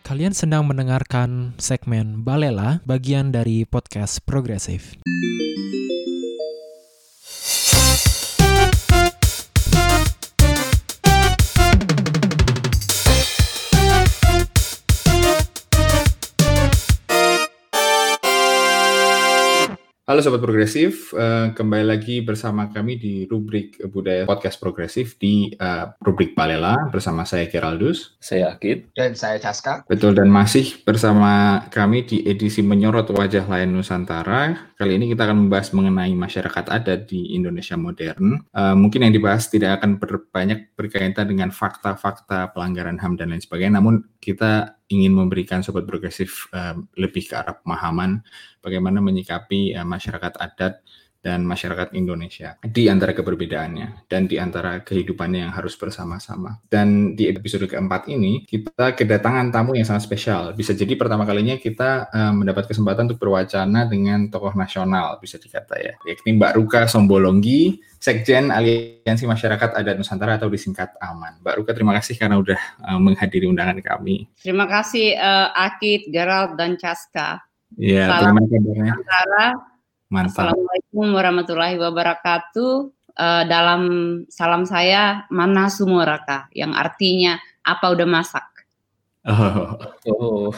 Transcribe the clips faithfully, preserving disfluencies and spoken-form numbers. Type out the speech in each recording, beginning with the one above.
Kalian sedang mendengarkan segmen Balela, bagian dari podcast Progresif. Halo Sobat Progresif, uh, kembali lagi bersama kami di rubrik Budaya Podcast Progresif di uh, rubrik Balela bersama saya Geraldus, saya Akid, dan saya Caska. Betul, dan masih bersama kami di edisi Menyorot Wajah Lain Nusantara. Kali ini kita akan membahas mengenai masyarakat adat di Indonesia modern. Uh, mungkin yang dibahas tidak akan berbanyak berkaitan dengan fakta-fakta pelanggaran H A M dan lain sebagainya, namun kita ingin memberikan Sobat Progresif uh, lebih ke arah pemahaman bagaimana menyikapi uh, masyarakat adat dan masyarakat Indonesia di antara keberbedaannya dan di antara kehidupannya yang harus bersama-sama. Dan di episode keempat ini kita kedatangan tamu yang sangat spesial. Bisa jadi pertama kalinya kita uh, mendapat kesempatan untuk berwacana dengan tokoh nasional, bisa dikata ya, yakni Mbak Ruka Sombolonggi, Sekjen Aliansi Masyarakat Adat Nusantara atau disingkat AMAN. Mbak Ruka, terima kasih karena udah uh, menghadiri undangan kami. Terima kasih uh, Akid, Gerald, dan Caska. Iya, terima kabarnya. Mantap. Assalamualaikum warahmatullahi wabarakatuh. Uh, dalam salam saya Mana Sumoraka, yang artinya apa udah masak. Oh. oh.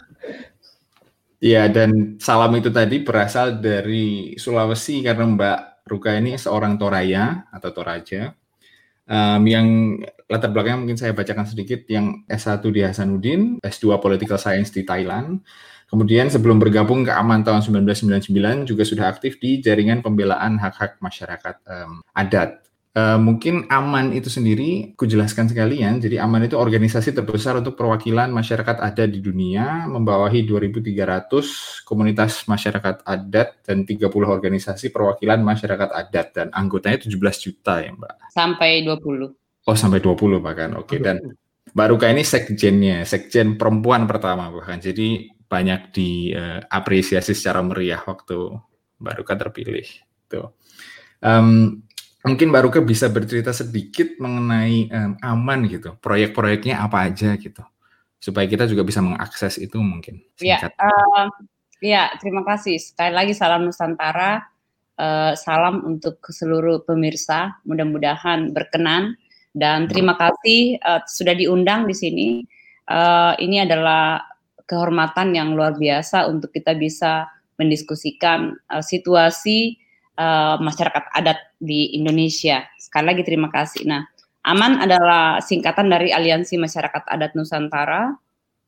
Ya, dan salam itu tadi berasal dari Sulawesi karena Mbak Ruka ini seorang Toraya atau Toraja. Um, yang latar belakangnya mungkin saya bacakan sedikit, yang S satu di Hasanuddin, S dua Political Science di Thailand. Kemudian sebelum bergabung ke AMAN tahun sembilan belas sembilan puluh sembilan juga sudah aktif di jaringan pembelaan hak-hak masyarakat um, adat. Uh, mungkin AMAN itu sendiri, ku jelaskan sekalian, jadi AMAN itu organisasi terbesar untuk perwakilan masyarakat adat di dunia, membawahi dua ribu tiga ratus komunitas masyarakat adat dan tiga puluh organisasi perwakilan masyarakat adat, dan anggotanya tujuh belas juta ya Mbak? Sampai dua puluh. Oh, sampai dua puluh bahkan, oke. Okay. Dan Mbak Ruka ini sekjennya, sekjen perempuan pertama bahkan, jadi banyak diapresiasi uh, secara meriah waktu Mbak Ruka terpilih. Tuh. Um, mungkin Mbak Ruka bisa bercerita sedikit mengenai um, AMAN gitu, proyek-proyeknya apa aja gitu, supaya kita juga bisa mengakses itu mungkin. Ya, uh, ya, terima kasih. Sekali lagi salam Nusantara, uh, salam untuk seluruh pemirsa, mudah-mudahan berkenan, dan terima kasih uh, sudah diundang di sini. Uh, ini adalah kehormatan yang luar biasa untuk kita bisa mendiskusikan uh, situasi uh, masyarakat adat di Indonesia. Sekali lagi terima kasih. Nah, AMAN adalah singkatan dari Aliansi Masyarakat Adat Nusantara,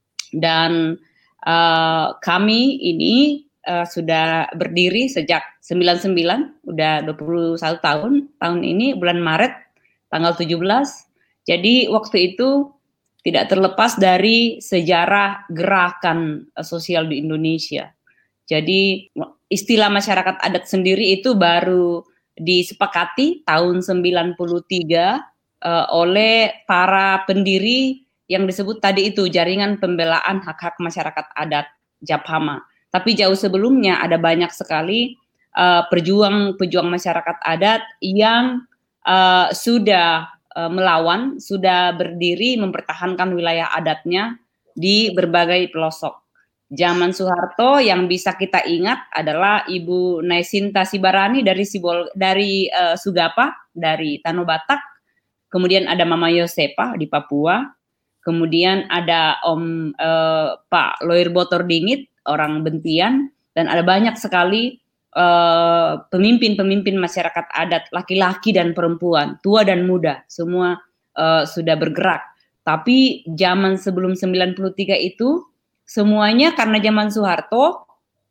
dan uh, kami ini uh, sudah berdiri sejak sembilan puluh sembilan, udah dua puluh satu tahun, tahun ini bulan Maret tanggal tujuh belas. Jadi waktu itu tidak terlepas dari sejarah gerakan sosial di Indonesia. Jadi istilah masyarakat adat sendiri itu baru disepakati tahun sembilan puluh tiga uh, oleh para pendiri yang disebut tadi itu Jaringan Pembelaan Hak-Hak Masyarakat Adat Japhama. Tapi jauh sebelumnya ada banyak sekali uh, pejuang-pejuang masyarakat adat yang uh, sudah melawan, sudah berdiri mempertahankan wilayah adatnya di berbagai pelosok. Zaman Soeharto yang bisa kita ingat adalah Ibu Naisinta Sibarani dari Sibol, dari uh, Sugapa, dari Tanah Batak. Kemudian ada Mama Yosepa di Papua. Kemudian ada Om uh, Pak Loir Botor Dingit, orang Bentian, dan ada banyak sekali Uh, pemimpin-pemimpin masyarakat adat, laki-laki dan perempuan, tua dan muda, semua uh, sudah bergerak. Tapi zaman sebelum sembilan puluh tiga itu, semuanya karena zaman Soeharto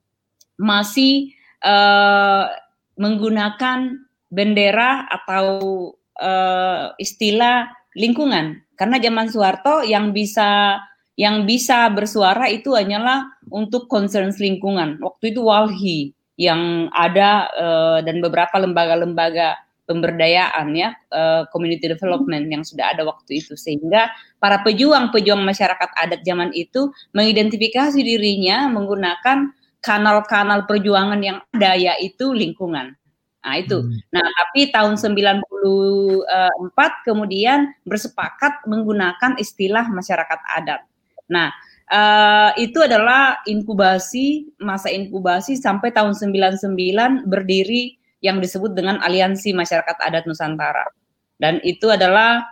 masih uh, menggunakan bendera atau uh, istilah lingkungan. Karena zaman Soeharto yang bisa yang bisa bersuara itu hanyalah untuk concerns lingkungan. Waktu itu Walhi yang ada uh, dan beberapa lembaga-lembaga pemberdayaan ya, uh, community development yang sudah ada waktu itu, sehingga para pejuang-pejuang masyarakat adat zaman itu mengidentifikasi dirinya menggunakan kanal-kanal perjuangan yang ada, yaitu lingkungan. Nah itu. Hmm. Nah tapi tahun sembilan puluh empat kemudian bersepakat menggunakan istilah masyarakat adat. Nah uh, itu adalah inkubasi, masa inkubasi sampai tahun sembilan puluh sembilan berdiri yang disebut dengan Aliansi Masyarakat Adat Nusantara. Dan itu adalah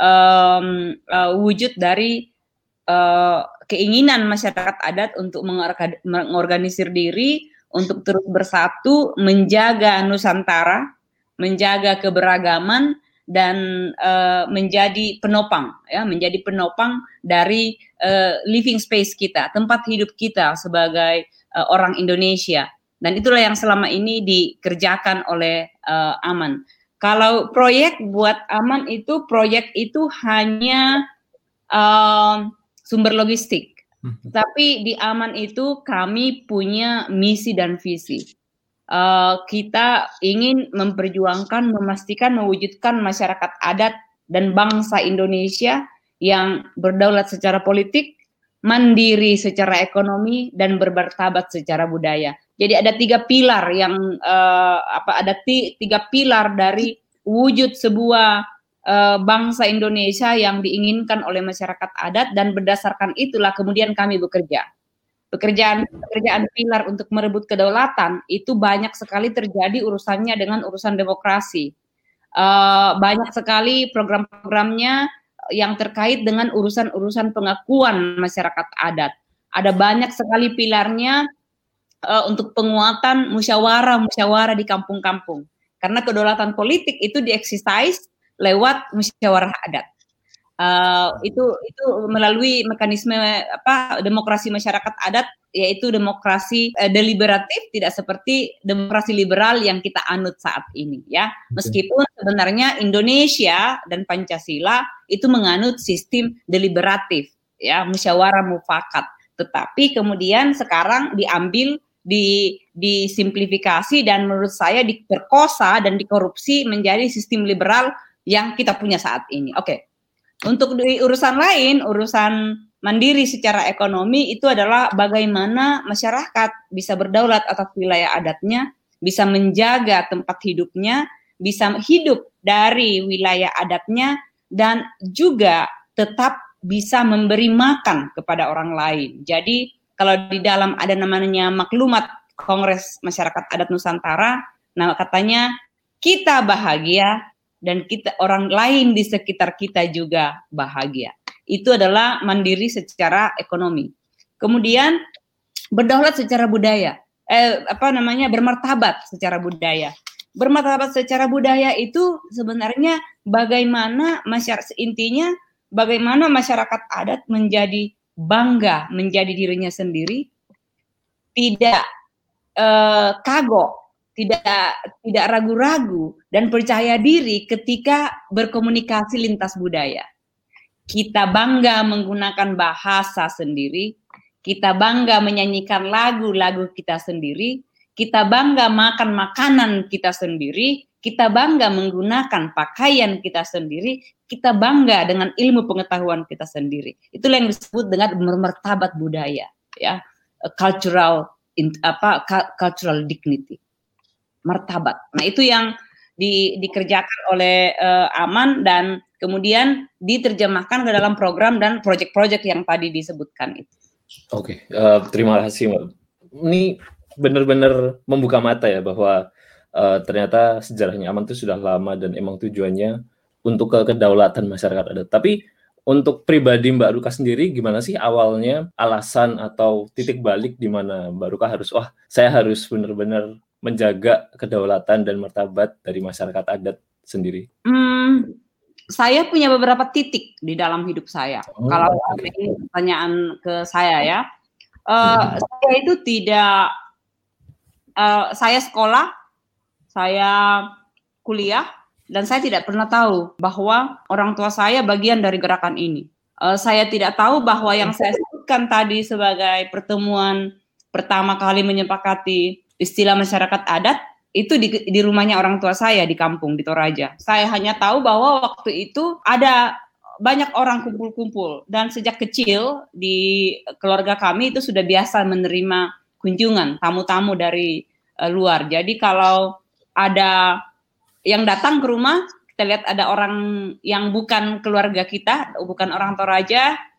um, uh, wujud dari uh, keinginan masyarakat adat untuk mengorganisir diri, untuk terus bersatu, menjaga Nusantara, menjaga keberagaman, dan uh, menjadi penopang, ya, menjadi penopang dari uh, living space kita, tempat hidup kita sebagai uh, orang Indonesia. Dan itulah yang selama ini dikerjakan oleh uh, Aman. Kalau proyek buat Aman itu, proyek itu hanya uh, sumber logistik. Hmm. Tapi di Aman itu kami punya misi dan visi. Uh, kita ingin memperjuangkan, memastikan, mewujudkan masyarakat adat dan bangsa Indonesia yang berdaulat secara politik, mandiri secara ekonomi, dan bermartabat secara budaya. Jadi ada tiga pilar yang uh, apa? Ada t- tiga pilar dari wujud sebuah uh, bangsa Indonesia yang diinginkan oleh masyarakat adat, dan berdasarkan itulah kemudian kami bekerja. Pekerjaan pekerjaan pilar untuk merebut kedaulatan itu banyak sekali terjadi urusannya dengan urusan demokrasi. Uh, banyak sekali program-programnya yang terkait dengan urusan-urusan pengakuan masyarakat adat. Ada banyak sekali pilarnya uh, untuk penguatan musyawarah-musyawarah di kampung-kampung. Karena kedaulatan politik itu di-exercise lewat musyawarah adat. Uh, itu itu melalui mekanisme apa demokrasi masyarakat adat, yaitu demokrasi uh, deliberatif, tidak seperti demokrasi liberal yang kita anut saat ini, ya. Meskipun sebenarnya Indonesia dan Pancasila itu menganut sistem deliberatif, ya, musyawarah mufakat. Tetapi kemudian sekarang diambil, di disimplifikasi, dan menurut saya diperkosa dan dikorupsi menjadi sistem liberal yang kita punya saat ini. Oke. Okay. Untuk di urusan lain, urusan mandiri secara ekonomi, itu adalah bagaimana masyarakat bisa berdaulat atas wilayah adatnya, bisa menjaga tempat hidupnya, bisa hidup dari wilayah adatnya, dan juga tetap bisa memberi makan kepada orang lain. Jadi kalau di dalam ada namanya maklumat Kongres Masyarakat Adat Nusantara, nah katanya kita bahagia, dan kita orang lain di sekitar kita juga bahagia. Itu adalah mandiri secara ekonomi. Kemudian berdaulat secara budaya. Eh, apa namanya? Bermartabat secara budaya. Bermartabat secara budaya itu sebenarnya bagaimana masyarakat, intinya bagaimana masyarakat adat menjadi bangga menjadi dirinya sendiri, tidak eh, kagok, tidak tidak ragu-ragu, dan percaya diri ketika berkomunikasi lintas budaya. Kita bangga menggunakan bahasa sendiri, kita bangga menyanyikan lagu-lagu kita sendiri, kita bangga makan makanan kita sendiri, kita bangga menggunakan pakaian kita sendiri, kita bangga dengan ilmu pengetahuan kita sendiri. Itulah yang disebut dengan bermartabat budaya, ya, cultural apa cultural dignity. Martabat. Nah, itu yang di, dikerjakan oleh uh, Aman, dan kemudian diterjemahkan ke dalam program dan proyek-proyek yang tadi disebutkan itu. Oke, okay. uh, terima kasih, Mbak. Ini benar-benar membuka mata ya, bahwa uh, ternyata sejarahnya Aman itu sudah lama dan emang tujuannya untuk ke kedaulatan masyarakat adat. Tapi untuk pribadi Mbak Ruka sendiri, gimana sih awalnya alasan atau titik balik di mana Mbak Ruka harus, wah saya harus benar-benar menjaga kedaulatan dan martabat dari masyarakat adat sendiri? Hmm, saya punya beberapa titik di dalam hidup saya. Oh, Kalau okay. ini pertanyaan ke saya ya, uh, hmm. saya itu tidak, uh, saya sekolah, saya kuliah, dan saya tidak pernah tahu bahwa orang tua saya bagian dari gerakan ini. Uh, saya tidak tahu bahwa yang saya sebutkan tadi sebagai pertemuan pertama kali menyepakati istilah masyarakat adat itu di, di rumahnya orang tua saya di kampung di Toraja. Saya hanya tahu bahwa waktu itu ada banyak orang kumpul-kumpul, dan sejak kecil di keluarga kami itu sudah biasa menerima kunjungan tamu-tamu dari uh, luar. Jadi kalau ada yang datang ke rumah, kita lihat ada orang yang bukan keluarga kita, bukan orang Toraja,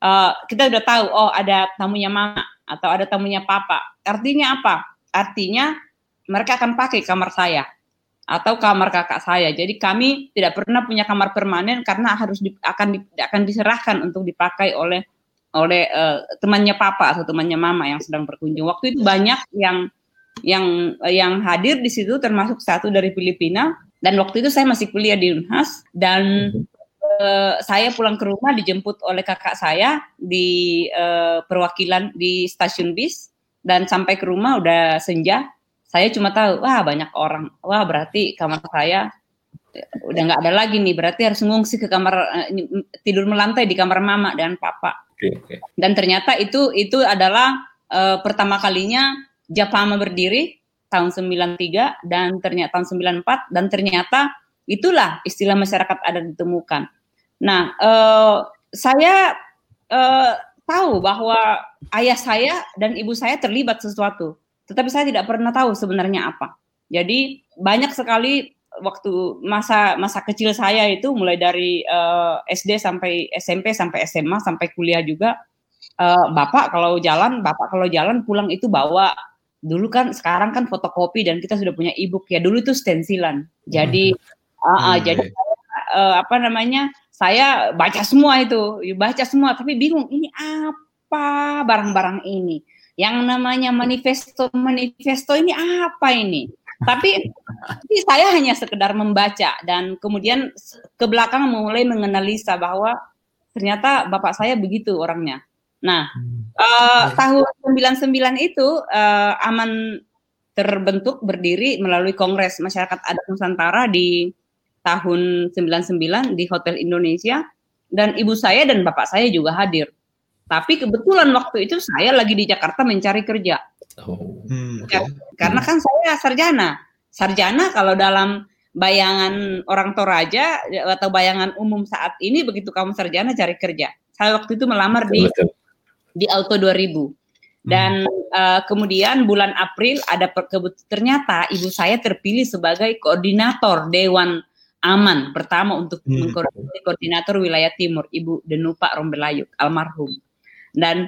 uh, kita udah tahu, oh ada tamunya mama atau ada tamunya papa. Artinya apa? Artinya mereka akan pakai kamar saya atau kamar kakak saya. Jadi kami tidak pernah punya kamar permanen karena harus di, akan di, akan diserahkan untuk dipakai oleh oleh uh, temannya papa atau temannya mama yang sedang berkunjung. Waktu itu banyak yang yang yang hadir di situ, termasuk satu dari Filipina, dan waktu itu saya masih kuliah di Unhas, dan uh, saya pulang ke rumah dijemput oleh kakak saya di uh, perwakilan di stasiun bis, dan sampai ke rumah udah senja. Saya cuma tahu, wah banyak orang, wah berarti kamar saya udah nggak ada lagi nih, berarti harus ngungsi ke kamar, uh, tidur melantai di kamar mama dan papa. Okay, okay. Dan ternyata itu itu adalah uh, pertama kalinya Japama berdiri tahun sembilan tiga dan ternyata tahun sembilan empat, dan ternyata itulah istilah masyarakat adat ditemukan. Nah, uh, saya uh, tahu bahwa ayah saya dan ibu saya terlibat sesuatu, tetapi saya tidak pernah tahu sebenarnya apa. Jadi banyak sekali waktu masa masa kecil saya itu, mulai dari uh, S D sampai S M P sampai S M A sampai kuliah juga, uh, bapak kalau jalan bapak kalau jalan pulang itu bawa, dulu kan, sekarang kan fotokopi dan kita sudah punya e-book ya, dulu itu stensilan. Jadi hmm. uh, uh, hmm. jadi uh, apa namanya, saya baca semua itu, baca semua, tapi bingung ini apa barang-barang ini. Yang namanya manifesto manifesto ini apa ini? Tapi, tapi saya hanya sekedar membaca, dan kemudian ke belakang mulai menganalisa bahwa ternyata bapak saya begitu orangnya. Nah, uh, tahun sembilan sembilan itu uh, Aman terbentuk, berdiri melalui Kongres Masyarakat Adat Nusantara di tahun sembilan sembilan di Hotel Indonesia, dan ibu saya dan bapak saya juga hadir. Tapi kebetulan waktu itu saya lagi di Jakarta mencari kerja. Oh. Hmm, okay. Karena kan saya sarjana. Sarjana kalau dalam bayangan orang Toraja atau bayangan umum saat ini, begitu kamu sarjana cari kerja. Saya waktu itu melamar di di Auto dua ribu. Dan hmm. uh, kemudian bulan April ada perkebut, ternyata ibu saya terpilih sebagai koordinator Dewan Aman pertama untuk hmm. mengkoordinasi koordinator wilayah timur, Ibu Denupa Rombelayuk almarhum. Dan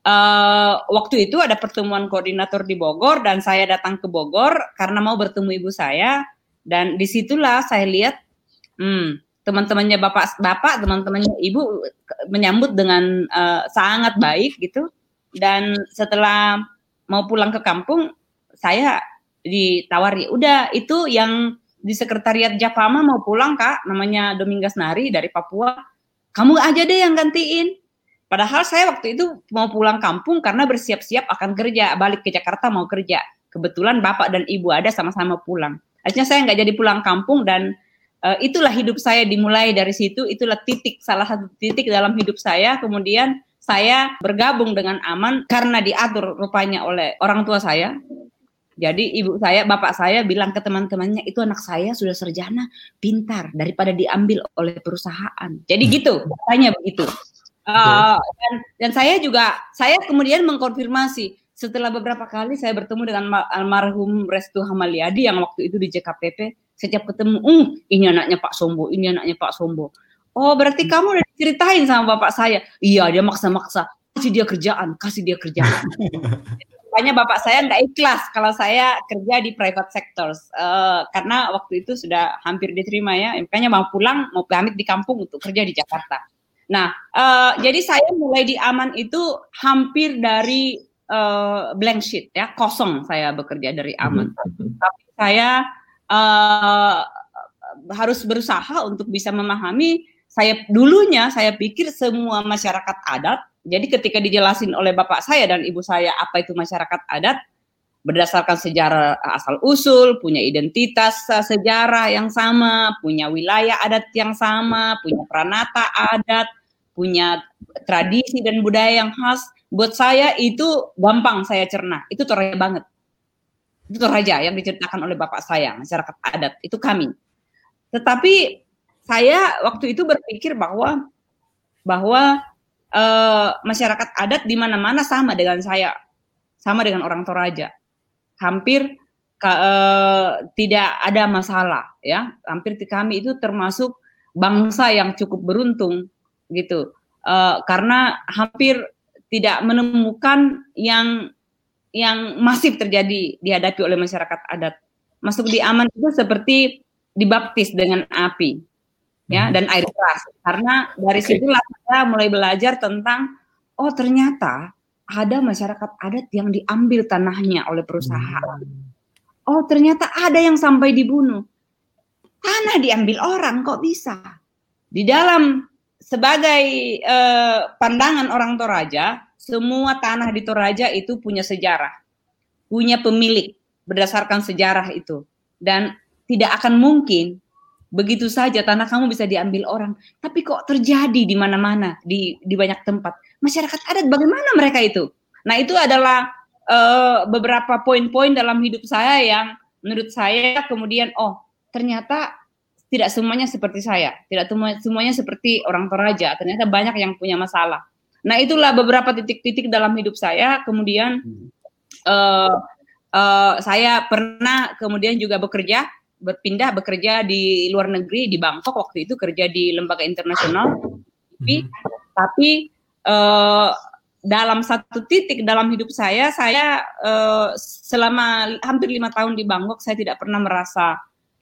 uh, waktu itu ada pertemuan koordinator di Bogor, dan saya datang ke Bogor karena mau bertemu ibu saya, dan disitulah saya lihat hmm, teman-temannya bapak-bapak, teman-temannya ibu menyambut dengan uh, sangat baik gitu. Dan setelah mau pulang ke kampung, saya ditawari, udah itu yang di sekretariat Japama mau pulang kak, namanya Domingas Nari dari Papua, kamu aja deh yang gantiin. Padahal saya waktu itu mau pulang kampung karena bersiap-siap akan kerja, balik ke Jakarta mau kerja. Kebetulan bapak dan ibu ada sama-sama pulang. Akhirnya saya nggak jadi pulang kampung, dan Uh, itulah hidup saya dimulai dari situ. Itulah titik, salah satu titik dalam hidup saya. Kemudian saya bergabung dengan Aman karena diatur rupanya oleh orang tua saya. Jadi ibu saya, bapak saya bilang ke teman-temannya, itu anak saya sudah sarjana, pintar, daripada diambil oleh perusahaan. Jadi gitu, katanya begitu. Uh, dan, dan saya juga, saya kemudian mengkonfirmasi. Setelah beberapa kali saya bertemu dengan almarhum Restu Hamaliadi yang waktu itu di J K P P, setiap ketemu, um, ini anaknya Pak Sombo, ini anaknya Pak Sombo. Oh, berarti kamu udah diceritain sama bapak saya. Iya, dia maksa-maksa, kasih dia kerjaan, kasih dia kerjaan. Makanya bapak saya nggak ikhlas kalau saya kerja di private sectors, uh, karena waktu itu sudah hampir diterima ya. Makanya mau pulang, mau pamit di kampung untuk kerja di Jakarta. Nah, uh, jadi saya mulai di Aman itu hampir dari uh, blank sheet ya, kosong saya bekerja dari Aman. Tapi saya Uh, harus berusaha untuk bisa memahami. Saya dulunya saya pikir semua masyarakat adat, jadi ketika dijelasin oleh bapak saya dan ibu saya apa itu masyarakat adat, berdasarkan sejarah asal usul, punya identitas sejarah yang sama, punya wilayah adat yang sama, punya pranata adat, punya tradisi dan budaya yang khas. Buat saya itu gampang saya cerna, itu Toraja banget. Itu Toraja yang diceritakan oleh bapak saya, masyarakat adat, itu kami. Tetapi saya waktu itu berpikir bahwa bahwa uh, masyarakat adat di mana-mana sama dengan saya, sama dengan orang Toraja. Hampir uh, tidak ada masalah ya. Hampir kami itu termasuk bangsa yang cukup beruntung gitu. uh, karena hampir tidak menemukan yang yang masif terjadi dihadapi oleh masyarakat adat. Masuk di aman itu seperti dibaptis dengan api, ya, dan air keras. Karena dari Okay. situlah saya mulai belajar tentang, oh ternyata ada masyarakat adat yang diambil tanahnya oleh perusahaan. Oh ternyata ada yang sampai dibunuh. Tanah diambil orang, kok bisa? Di dalam sebagai eh, pandangan orang Toraja, semua tanah di Toraja itu punya sejarah, punya pemilik berdasarkan sejarah itu. Dan tidak akan mungkin begitu saja tanah kamu bisa diambil orang. Tapi kok terjadi di mana-mana, di, di banyak tempat. Masyarakat adat bagaimana mereka itu? Nah itu adalah uh, beberapa poin-poin dalam hidup saya yang menurut saya kemudian, oh ternyata tidak semuanya seperti saya. Tidak semuanya seperti orang Toraja. Ternyata banyak yang punya masalah. Nah itulah beberapa titik-titik dalam hidup saya. Kemudian uh, uh, saya pernah kemudian juga bekerja, berpindah bekerja di luar negeri, di Bangkok waktu itu, kerja di lembaga internasional. Tapi, tapi uh, dalam satu titik dalam hidup saya, saya uh, selama hampir lima tahun di Bangkok, saya tidak pernah merasa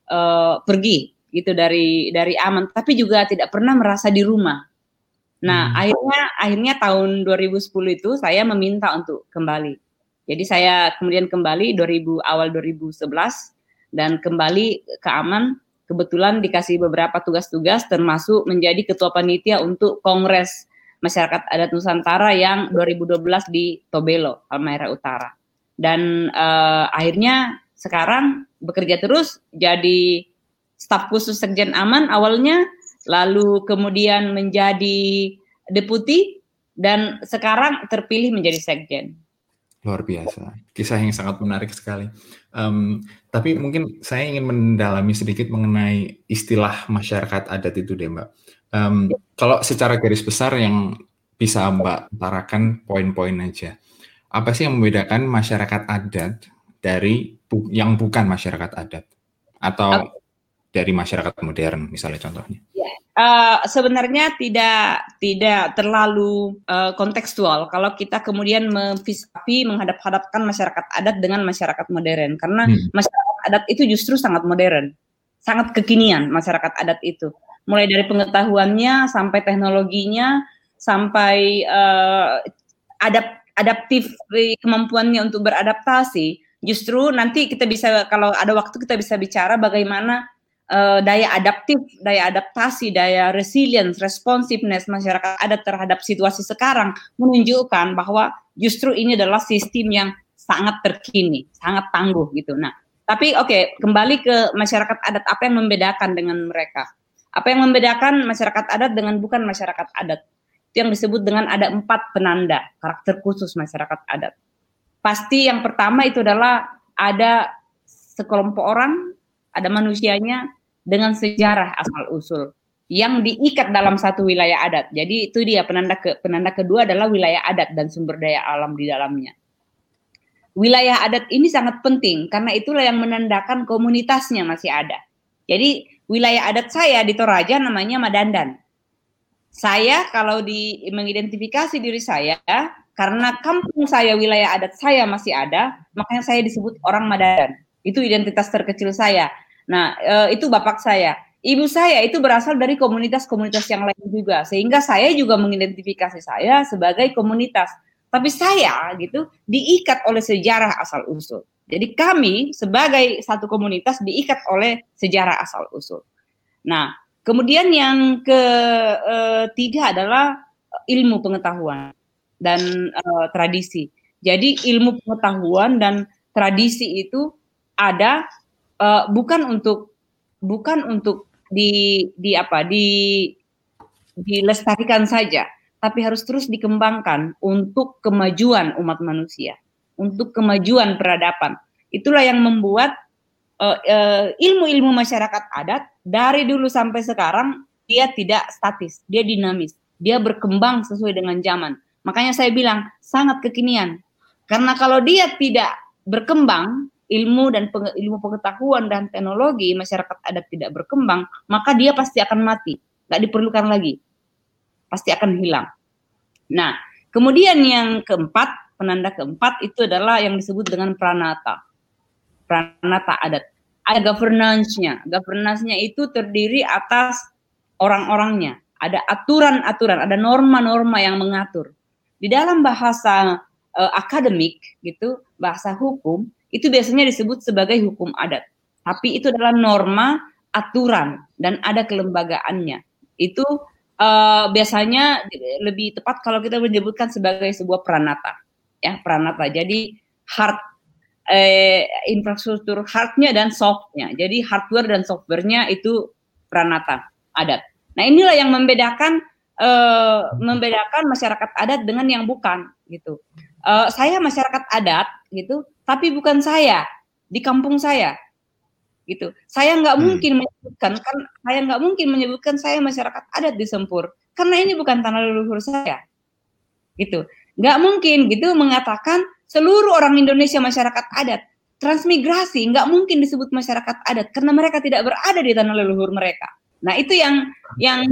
uh, pergi gitu dari dari aman, tapi juga tidak pernah merasa di rumah. Nah, hmm. akhirnya akhirnya tahun dua ribu sepuluh itu saya meminta untuk kembali. Jadi saya kemudian kembali dua ribu awal dua ribu sebelas dan kembali ke Aman. Kebetulan dikasih beberapa tugas-tugas termasuk menjadi ketua panitia untuk Kongres Masyarakat Adat Nusantara yang dua ribu dua belas di Tobelo, Halmahera Utara. Dan uh, akhirnya sekarang bekerja terus jadi staf khusus Sekjen Aman awalnya, lalu kemudian menjadi deputi, dan sekarang terpilih menjadi sekjen. Luar biasa, kisah yang sangat menarik sekali. Um, tapi mungkin saya ingin mendalami sedikit mengenai istilah masyarakat adat itu deh Mbak. Um, kalau secara garis besar yang bisa Mbak utarakan poin-poin aja. Apa sih yang membedakan masyarakat adat dari bu- yang bukan masyarakat adat? Atau okay. dari masyarakat modern misalnya contohnya? Yeah. Uh, sebenarnya tidak tidak terlalu uh, kontekstual kalau kita kemudian memfisapi menghadap-hadapkan masyarakat adat dengan masyarakat modern, karena hmm. masyarakat adat itu justru sangat modern, sangat kekinian masyarakat adat itu, mulai dari pengetahuannya sampai teknologinya sampai uh, adap adaptif kemampuannya untuk beradaptasi. Justru nanti kita bisa, kalau ada waktu kita bisa bicara bagaimana Uh, daya adaptif, daya adaptasi, daya resilience, responsiveness masyarakat adat terhadap situasi sekarang menunjukkan bahwa justru ini adalah sistem yang sangat terkini, sangat tangguh gitu. Nah, tapi oke, okay, kembali ke masyarakat adat, apa yang membedakan dengan mereka? Apa yang membedakan masyarakat adat dengan bukan masyarakat adat? Itu yang disebut dengan ada empat penanda karakter khusus masyarakat adat. Pasti yang pertama itu adalah ada sekelompok orang, ada manusianya dengan sejarah asal-usul yang diikat dalam satu wilayah adat. Jadi itu dia penanda ke, penanda kedua adalah wilayah adat dan sumber daya alam di dalamnya. Wilayah adat ini sangat penting karena itulah yang menandakan komunitasnya masih ada. Jadi wilayah adat saya di Toraja namanya Madandan. Saya kalau di mengidentifikasi diri saya, karena kampung saya, wilayah adat saya masih ada, makanya saya disebut orang Madandan. Itu identitas terkecil saya. Nah, e, itu bapak saya. Ibu saya itu berasal dari komunitas-komunitas yang lain juga. Sehingga saya juga mengidentifikasi saya sebagai komunitas. Tapi saya gitu diikat oleh sejarah asal-usul. Jadi kami sebagai satu komunitas diikat oleh sejarah asal-usul. Nah, kemudian yang ketiga adalah ilmu pengetahuan dan e, tradisi. Jadi ilmu pengetahuan dan tradisi itu ada Uh, bukan untuk bukan untuk di di apa di dilestarikan saja, tapi harus terus dikembangkan untuk kemajuan umat manusia, untuk kemajuan peradaban. Itulah yang membuat uh, uh, ilmu-ilmu masyarakat adat dari dulu sampai sekarang dia tidak statis, dia dinamis, dia berkembang sesuai dengan zaman. Makanya saya bilang sangat kekinian, karena kalau dia tidak berkembang, ilmu dan peng, ilmu pengetahuan dan teknologi masyarakat adat tidak berkembang, maka dia pasti akan mati, nggak diperlukan lagi. pasti akan hilang. Nah, kemudian yang keempat, penanda keempat itu adalah yang disebut dengan pranata. Pranata adat. Ada governance-nya. Governance-nya itu terdiri atas orang-orangnya. Ada aturan-aturan, ada norma-norma yang mengatur. Di dalam bahasa uh, akademik, gitu, bahasa hukum, itu biasanya disebut sebagai hukum adat. Tapi itu adalah norma, aturan, dan ada kelembagaannya. Itu uh, biasanya lebih tepat kalau kita menyebutkan sebagai sebuah pranata. Ya, pranata. Jadi hard Eh, infrastruktur hardnya dan softnya. Jadi hardware dan softwarenya itu pranata adat. Nah, inilah yang membedakan eh, membedakan masyarakat adat dengan yang bukan gitu. Eh, saya masyarakat adat gitu, tapi bukan saya di kampung saya gitu. Saya nggak hmm. mungkin menyebutkan kan saya nggak mungkin menyebutkan saya masyarakat adat di Sempur karena ini bukan tanah leluhur saya gitu. Nggak mungkin gitu mengatakan seluruh orang Indonesia masyarakat adat. Transmigrasi nggak mungkin disebut masyarakat adat karena mereka tidak berada di tanah leluhur mereka. Nah, itu yang yang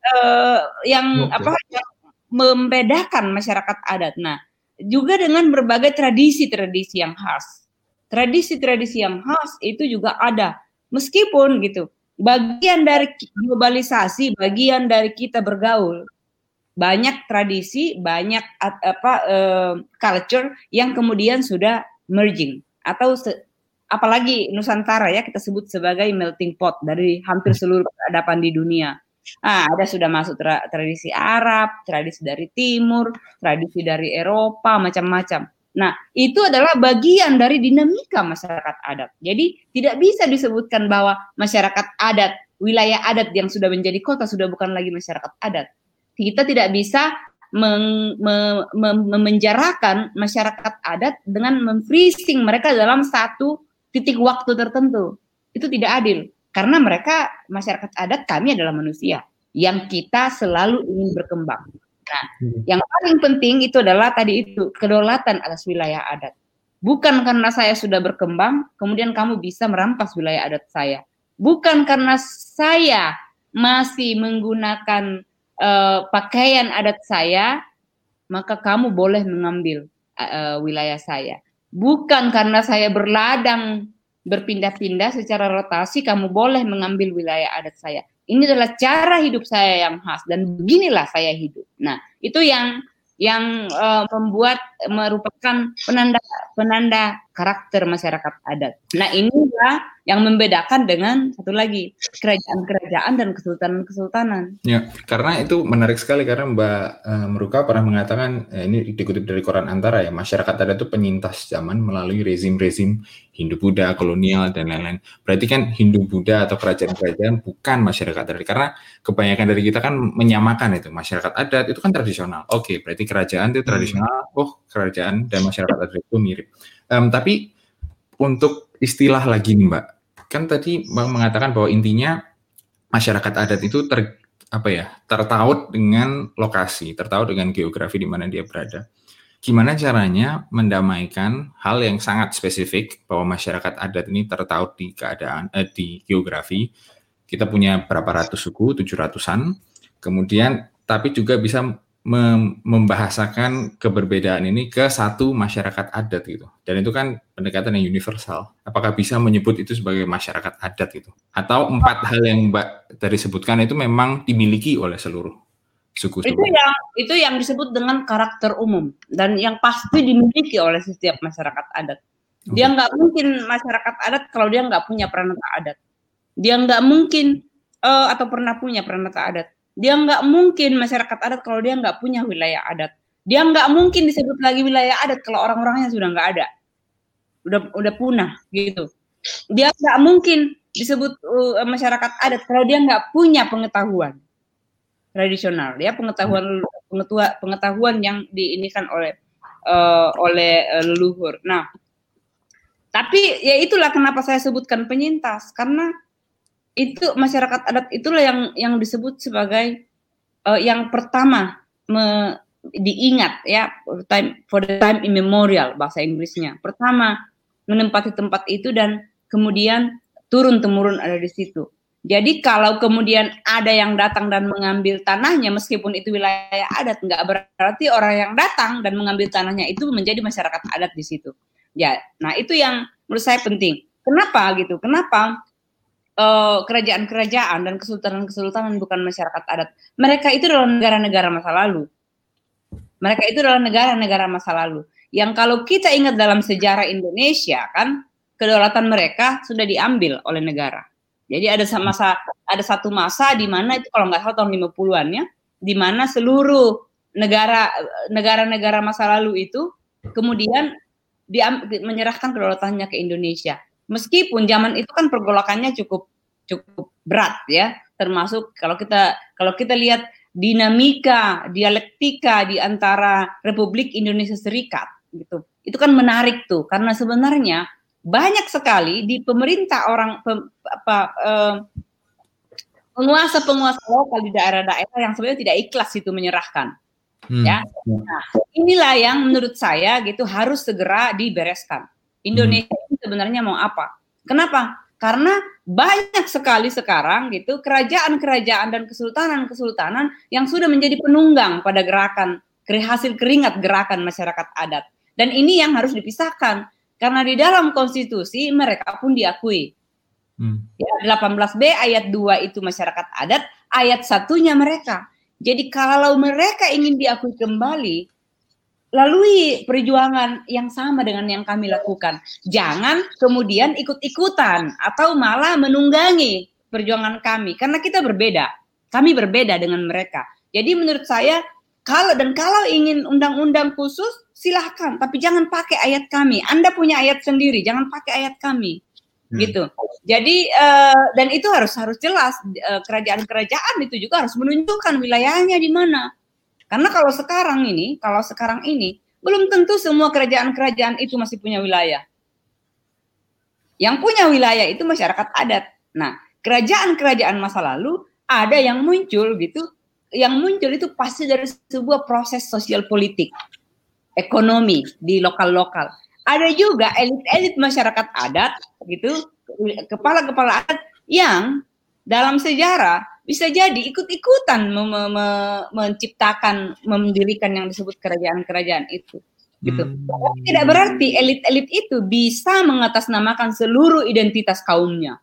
uh, yang okay. apa yang membedakan masyarakat adat. Nah, juga dengan berbagai tradisi-tradisi yang khas. Tradisi-tradisi yang khas itu juga ada. Meskipun gitu, bagian dari globalisasi, bagian dari kita bergaul. Banyak tradisi, banyak apa uh, culture yang kemudian sudah merging atau se, apalagi Nusantara ya kita sebut sebagai melting pot dari hampir seluruh peradaban di dunia. Ah, ada sudah masuk tra, tradisi Arab, tradisi dari Timur, tradisi dari Eropa, macam-macam. Nah, itu adalah bagian dari dinamika masyarakat adat. Jadi tidak bisa disebutkan bahwa masyarakat adat, wilayah adat yang sudah menjadi kota sudah bukan lagi masyarakat adat. Kita tidak bisa meng, me, me, memenjarakan masyarakat adat dengan memfreezing mereka dalam satu titik waktu tertentu. Itu tidak adil. Karena mereka, masyarakat adat, kami adalah manusia yang kita selalu ingin berkembang. Nah, hmm. yang paling penting itu adalah tadi itu, kedaulatan atas wilayah adat. Bukan karena saya sudah berkembang, kemudian kamu bisa merampas wilayah adat saya. Bukan karena saya masih menggunakan Uh, pakaian adat saya, maka kamu boleh mengambil uh, wilayah saya. Bukan karena saya berladang, berpindah-pindah secara rotasi, kamu boleh mengambil wilayah adat saya. Ini adalah cara hidup saya yang khas dan beginilah saya hidup. Nah, itu yang yang uh, membuat merupakan penanda penanda karakter masyarakat adat. Nah, inilah yang membedakan dengan satu lagi kerajaan-kerajaan dan kesultanan-kesultanan. Ya, karena itu menarik sekali karena Mbak uh, Meruka pernah mengatakan eh, ini dikutip dari Koran Antara ya, masyarakat adat itu penyintas zaman melalui rezim-rezim Hindu-Buddha, kolonial dan lain-lain. Berarti kan Hindu-Buddha atau kerajaan-kerajaan bukan masyarakat adat karena kebanyakan dari kita kan menyamakan itu masyarakat adat itu kan tradisional. Oke, berarti kerajaan itu tradisional. Oh, kerajaan dan masyarakat adat itu mirip. Um, tapi untuk istilah lagi nih Mbak, kan tadi Mbak mengatakan bahwa intinya masyarakat adat itu ter, apa ya, tertaut dengan lokasi, tertaut dengan geografi di mana dia berada. Gimana caranya mendamaikan hal yang sangat spesifik bahwa masyarakat adat ini tertaut di keadaan eh, di geografi. Kita punya berapa ratus suku, tujuh ratusan. Kemudian tapi juga bisa mem- membahasakan keberbedaan ini ke satu masyarakat adat gitu. Dan itu kan pendekatan yang universal. Apakah bisa menyebut itu sebagai masyarakat adat gitu? Atau empat hal yang Mbak tadi sebutkan itu memang dimiliki oleh seluruh suku-suku? Itu yang itu yang disebut dengan karakter umum dan yang pasti dimiliki oleh setiap masyarakat adat. Dia nggak okay. mungkin masyarakat adat kalau dia nggak punya pranata adat. Dia nggak mungkin uh, atau pernah punya pranata adat. Dia nggak mungkin masyarakat adat kalau dia nggak punya wilayah adat. Dia nggak mungkin disebut lagi wilayah adat kalau orang-orangnya sudah nggak ada, udah udah punah gitu. Dia nggak mungkin disebut uh, masyarakat adat kalau dia nggak punya pengetahuan tradisional, ya pengetahuan pengetahuan pengetahuan yang diinikan oleh uh, oleh uh, leluhur. Nah, tapi ya itulah kenapa saya sebutkan penyintas, karena itu masyarakat adat itulah yang yang disebut sebagai uh, yang pertama me, diingat ya time for the time immemorial bahasa Inggrisnya. Pertama menempati tempat itu dan kemudian turun temurun ada di situ. Jadi kalau kemudian ada yang datang dan mengambil tanahnya, meskipun itu wilayah adat, nggak berarti orang yang datang dan mengambil tanahnya itu menjadi masyarakat adat di situ. Ya, nah itu yang menurut saya penting. Kenapa gitu? Kenapa uh, kerajaan-kerajaan dan kesultanan-kesultanan bukan masyarakat adat? Mereka itu adalah negara-negara masa lalu. Mereka itu adalah negara-negara masa lalu. Yang kalau kita ingat dalam sejarah Indonesia kan, kedaulatan mereka sudah diambil oleh negara. Jadi ada masa ada satu masa di mana itu kalau nggak salah tahun lima puluhan ya, di mana seluruh negara negara-negara masa lalu itu kemudian dia menyerahkan kedaulatannya ke Indonesia. Meskipun zaman itu kan pergolakannya cukup cukup berat ya, termasuk kalau kita kalau kita lihat dinamika, dialektika di antara Republik Indonesia Serikat gitu. Itu kan menarik tuh karena sebenarnya banyak sekali di pemerintah orang pe, apa eh, penguasa-penguasa lokal di daerah-daerah yang sebenarnya tidak ikhlas itu menyerahkan. Hmm. Ya. Nah, inilah yang menurut saya gitu harus segera dibereskan. Indonesia hmm. ini sebenarnya mau apa? Kenapa? Karena banyak sekali sekarang gitu kerajaan-kerajaan dan kesultanan-kesultanan yang sudah menjadi penunggang pada gerakan hasil keringat gerakan masyarakat adat. Dan ini yang harus dipisahkan. Karena di dalam konstitusi mereka pun diakui. Hmm. Ya, delapan belas B ayat dua itu masyarakat adat, ayat satunya mereka. Jadi kalau mereka ingin diakui kembali, lalui perjuangan yang sama dengan yang kami lakukan. Jangan kemudian ikut-ikutan atau malah menunggangi perjuangan kami. Karena kita berbeda. Kami berbeda dengan mereka. Jadi menurut saya, kalau dan kalau ingin undang-undang khusus, silahkan, tapi jangan pakai ayat kami. Anda punya ayat sendiri, jangan pakai ayat kami, hmm. gitu. Jadi uh, dan itu harus harus jelas. Uh, kerajaan-kerajaan itu juga harus menunjukkan wilayahnya di mana. Karena kalau sekarang ini, kalau sekarang ini belum tentu semua kerajaan-kerajaan itu masih punya wilayah. Yang punya wilayah itu masyarakat adat. Nah, kerajaan-kerajaan masa lalu ada yang muncul gitu, yang muncul itu pasti dari sebuah proses sosial politik. Ekonomi di lokal-lokal. Ada juga elit-elit masyarakat adat gitu, kepala-kepala adat yang dalam sejarah bisa jadi ikut-ikutan mem- mem- menciptakan, mendirikan yang disebut kerajaan-kerajaan itu. Gitu. Hmm. Tidak berarti elit-elit itu bisa mengatasnamakan seluruh identitas kaumnya.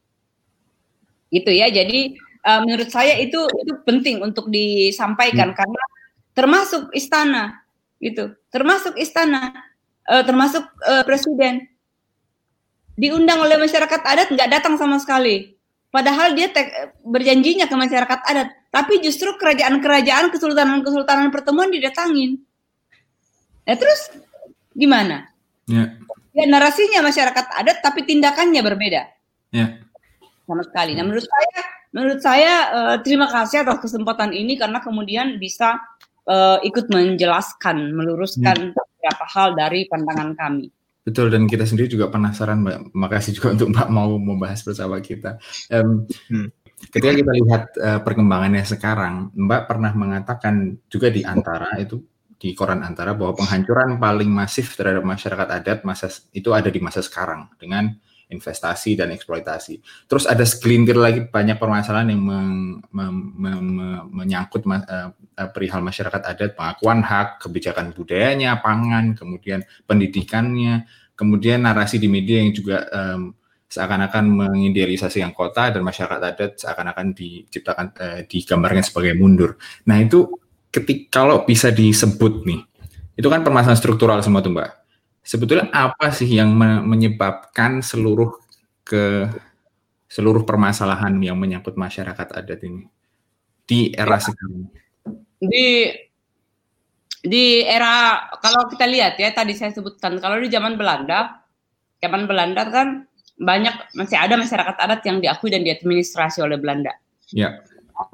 Gitu ya. Jadi uh, menurut saya itu itu penting untuk disampaikan hmm. karena termasuk istana gitu, termasuk istana, uh, termasuk uh, presiden diundang oleh masyarakat adat nggak datang sama sekali, padahal dia te- berjanjinya ke masyarakat adat, tapi justru kerajaan-kerajaan, kesultanan-kesultanan pertemuan didatangin. Ya terus gimana? Ya. Ya narasinya masyarakat adat, tapi tindakannya berbeda. Ya. Sama sekali. Nah menurut saya, menurut saya uh, terima kasih atas kesempatan ini karena kemudian bisa Uh, ikut menjelaskan, meluruskan hmm. beberapa hal dari pandangan kami. Betul, dan kita sendiri juga penasaran, Mbak. Makasih juga untuk Mbak mau membahas bersama kita. Um, hmm. Ketika kita lihat uh, perkembangannya sekarang, Mbak pernah mengatakan juga di Antara itu di koran Antara bahwa penghancuran paling masif terhadap masyarakat adat masa itu ada di masa sekarang dengan investasi dan eksploitasi. Terus ada segelintir lagi banyak permasalahan yang meng, mem, mem, mem, menyangkut uh, perihal masyarakat adat, pengakuan hak, kebijakan budayanya, pangan, kemudian pendidikannya, kemudian narasi di media yang juga um, seakan-akan mengidealisasi yang kota dan masyarakat adat seakan-akan diciptakan, uh, digambarkan sebagai mundur. Nah itu ketika kalau bisa disebut nih, itu kan permasalahan struktural semua tuh Mbak. Sebetulnya apa sih yang menyebabkan seluruh ke seluruh permasalahan yang menyangkut masyarakat adat ini di era sekarang? Di di era kalau kita lihat ya tadi saya sebutkan kalau di zaman Belanda, zaman Belanda kan banyak masih ada masyarakat adat yang diakui dan diadministrasi oleh Belanda. Ya.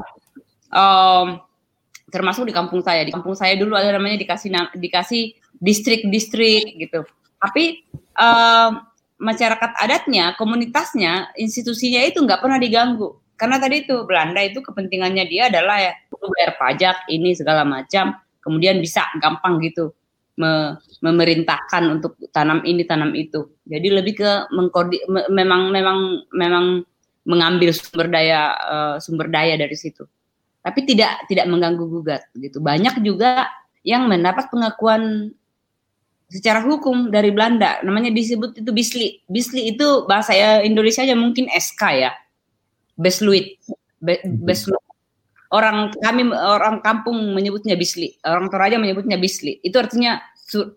Um, termasuk di kampung saya. Di kampung saya dulu ada namanya dikasih dikasih distrik-distrik gitu. Tapi uh, masyarakat adatnya, komunitasnya, institusinya itu nggak pernah diganggu. Karena tadi itu Belanda itu kepentingannya dia adalah ya bayar pajak ini segala macam, kemudian bisa gampang gitu me- memerintahkan untuk tanam ini tanam itu. Jadi lebih ke mengkoordi- me- memang memang memang mengambil sumber daya uh, sumber daya dari situ. Tapi tidak tidak mengganggu gugat gitu. Banyak juga yang mendapat pengakuan secara hukum dari Belanda, namanya disebut itu Bisli. Bisli itu bahasa Indonesia aja mungkin S K ya. Besluit. Be, Besluit. Orang kami orang kampung menyebutnya Bisli, orang Toraja menyebutnya Bisli. Itu artinya su,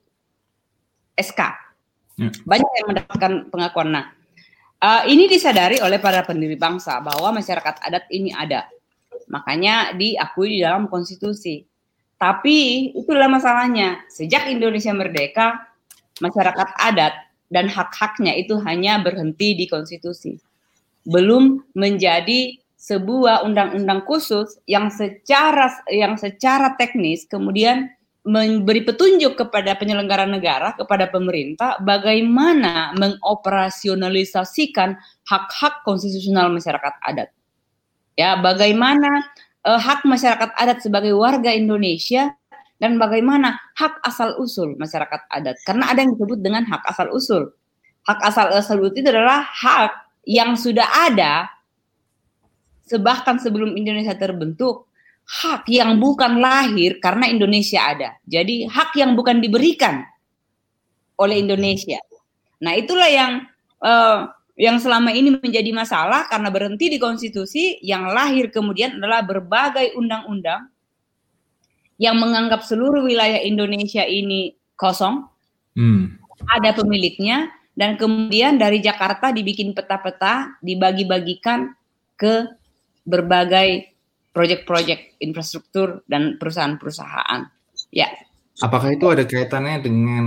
S K. Ya. Banyak yang mendapatkan pengakuan. Nah, uh, ini disadari oleh para pendiri bangsa bahwa masyarakat adat ini ada. Makanya diakui di dalam konstitusi. Tapi itulah masalahnya. Sejak Indonesia merdeka, masyarakat adat dan hak-haknya itu hanya berhenti di konstitusi. Belum menjadi sebuah undang-undang khusus yang secara yang secara teknis kemudian memberi petunjuk kepada penyelenggara negara, kepada pemerintah bagaimana mengoperasionalisasikan hak-hak konstitusional masyarakat adat. Ya, bagaimana uh, hak masyarakat adat sebagai warga Indonesia dan bagaimana hak asal-usul masyarakat adat. Karena ada yang disebut dengan hak asal-usul. Hak asal-usul itu adalah hak yang sudah ada sebahkan sebelum Indonesia terbentuk, hak yang bukan lahir karena Indonesia ada. Jadi hak yang bukan diberikan oleh Indonesia. Nah, itulah yang uh, yang selama ini menjadi masalah karena berhenti di konstitusi, yang lahir kemudian adalah berbagai undang-undang yang menganggap seluruh wilayah Indonesia ini kosong, hmm. ada pemiliknya, dan kemudian dari Jakarta dibikin peta-peta, dibagi-bagikan ke berbagai proyek-proyek infrastruktur dan perusahaan-perusahaan. Ya. Apakah itu ada kaitannya dengan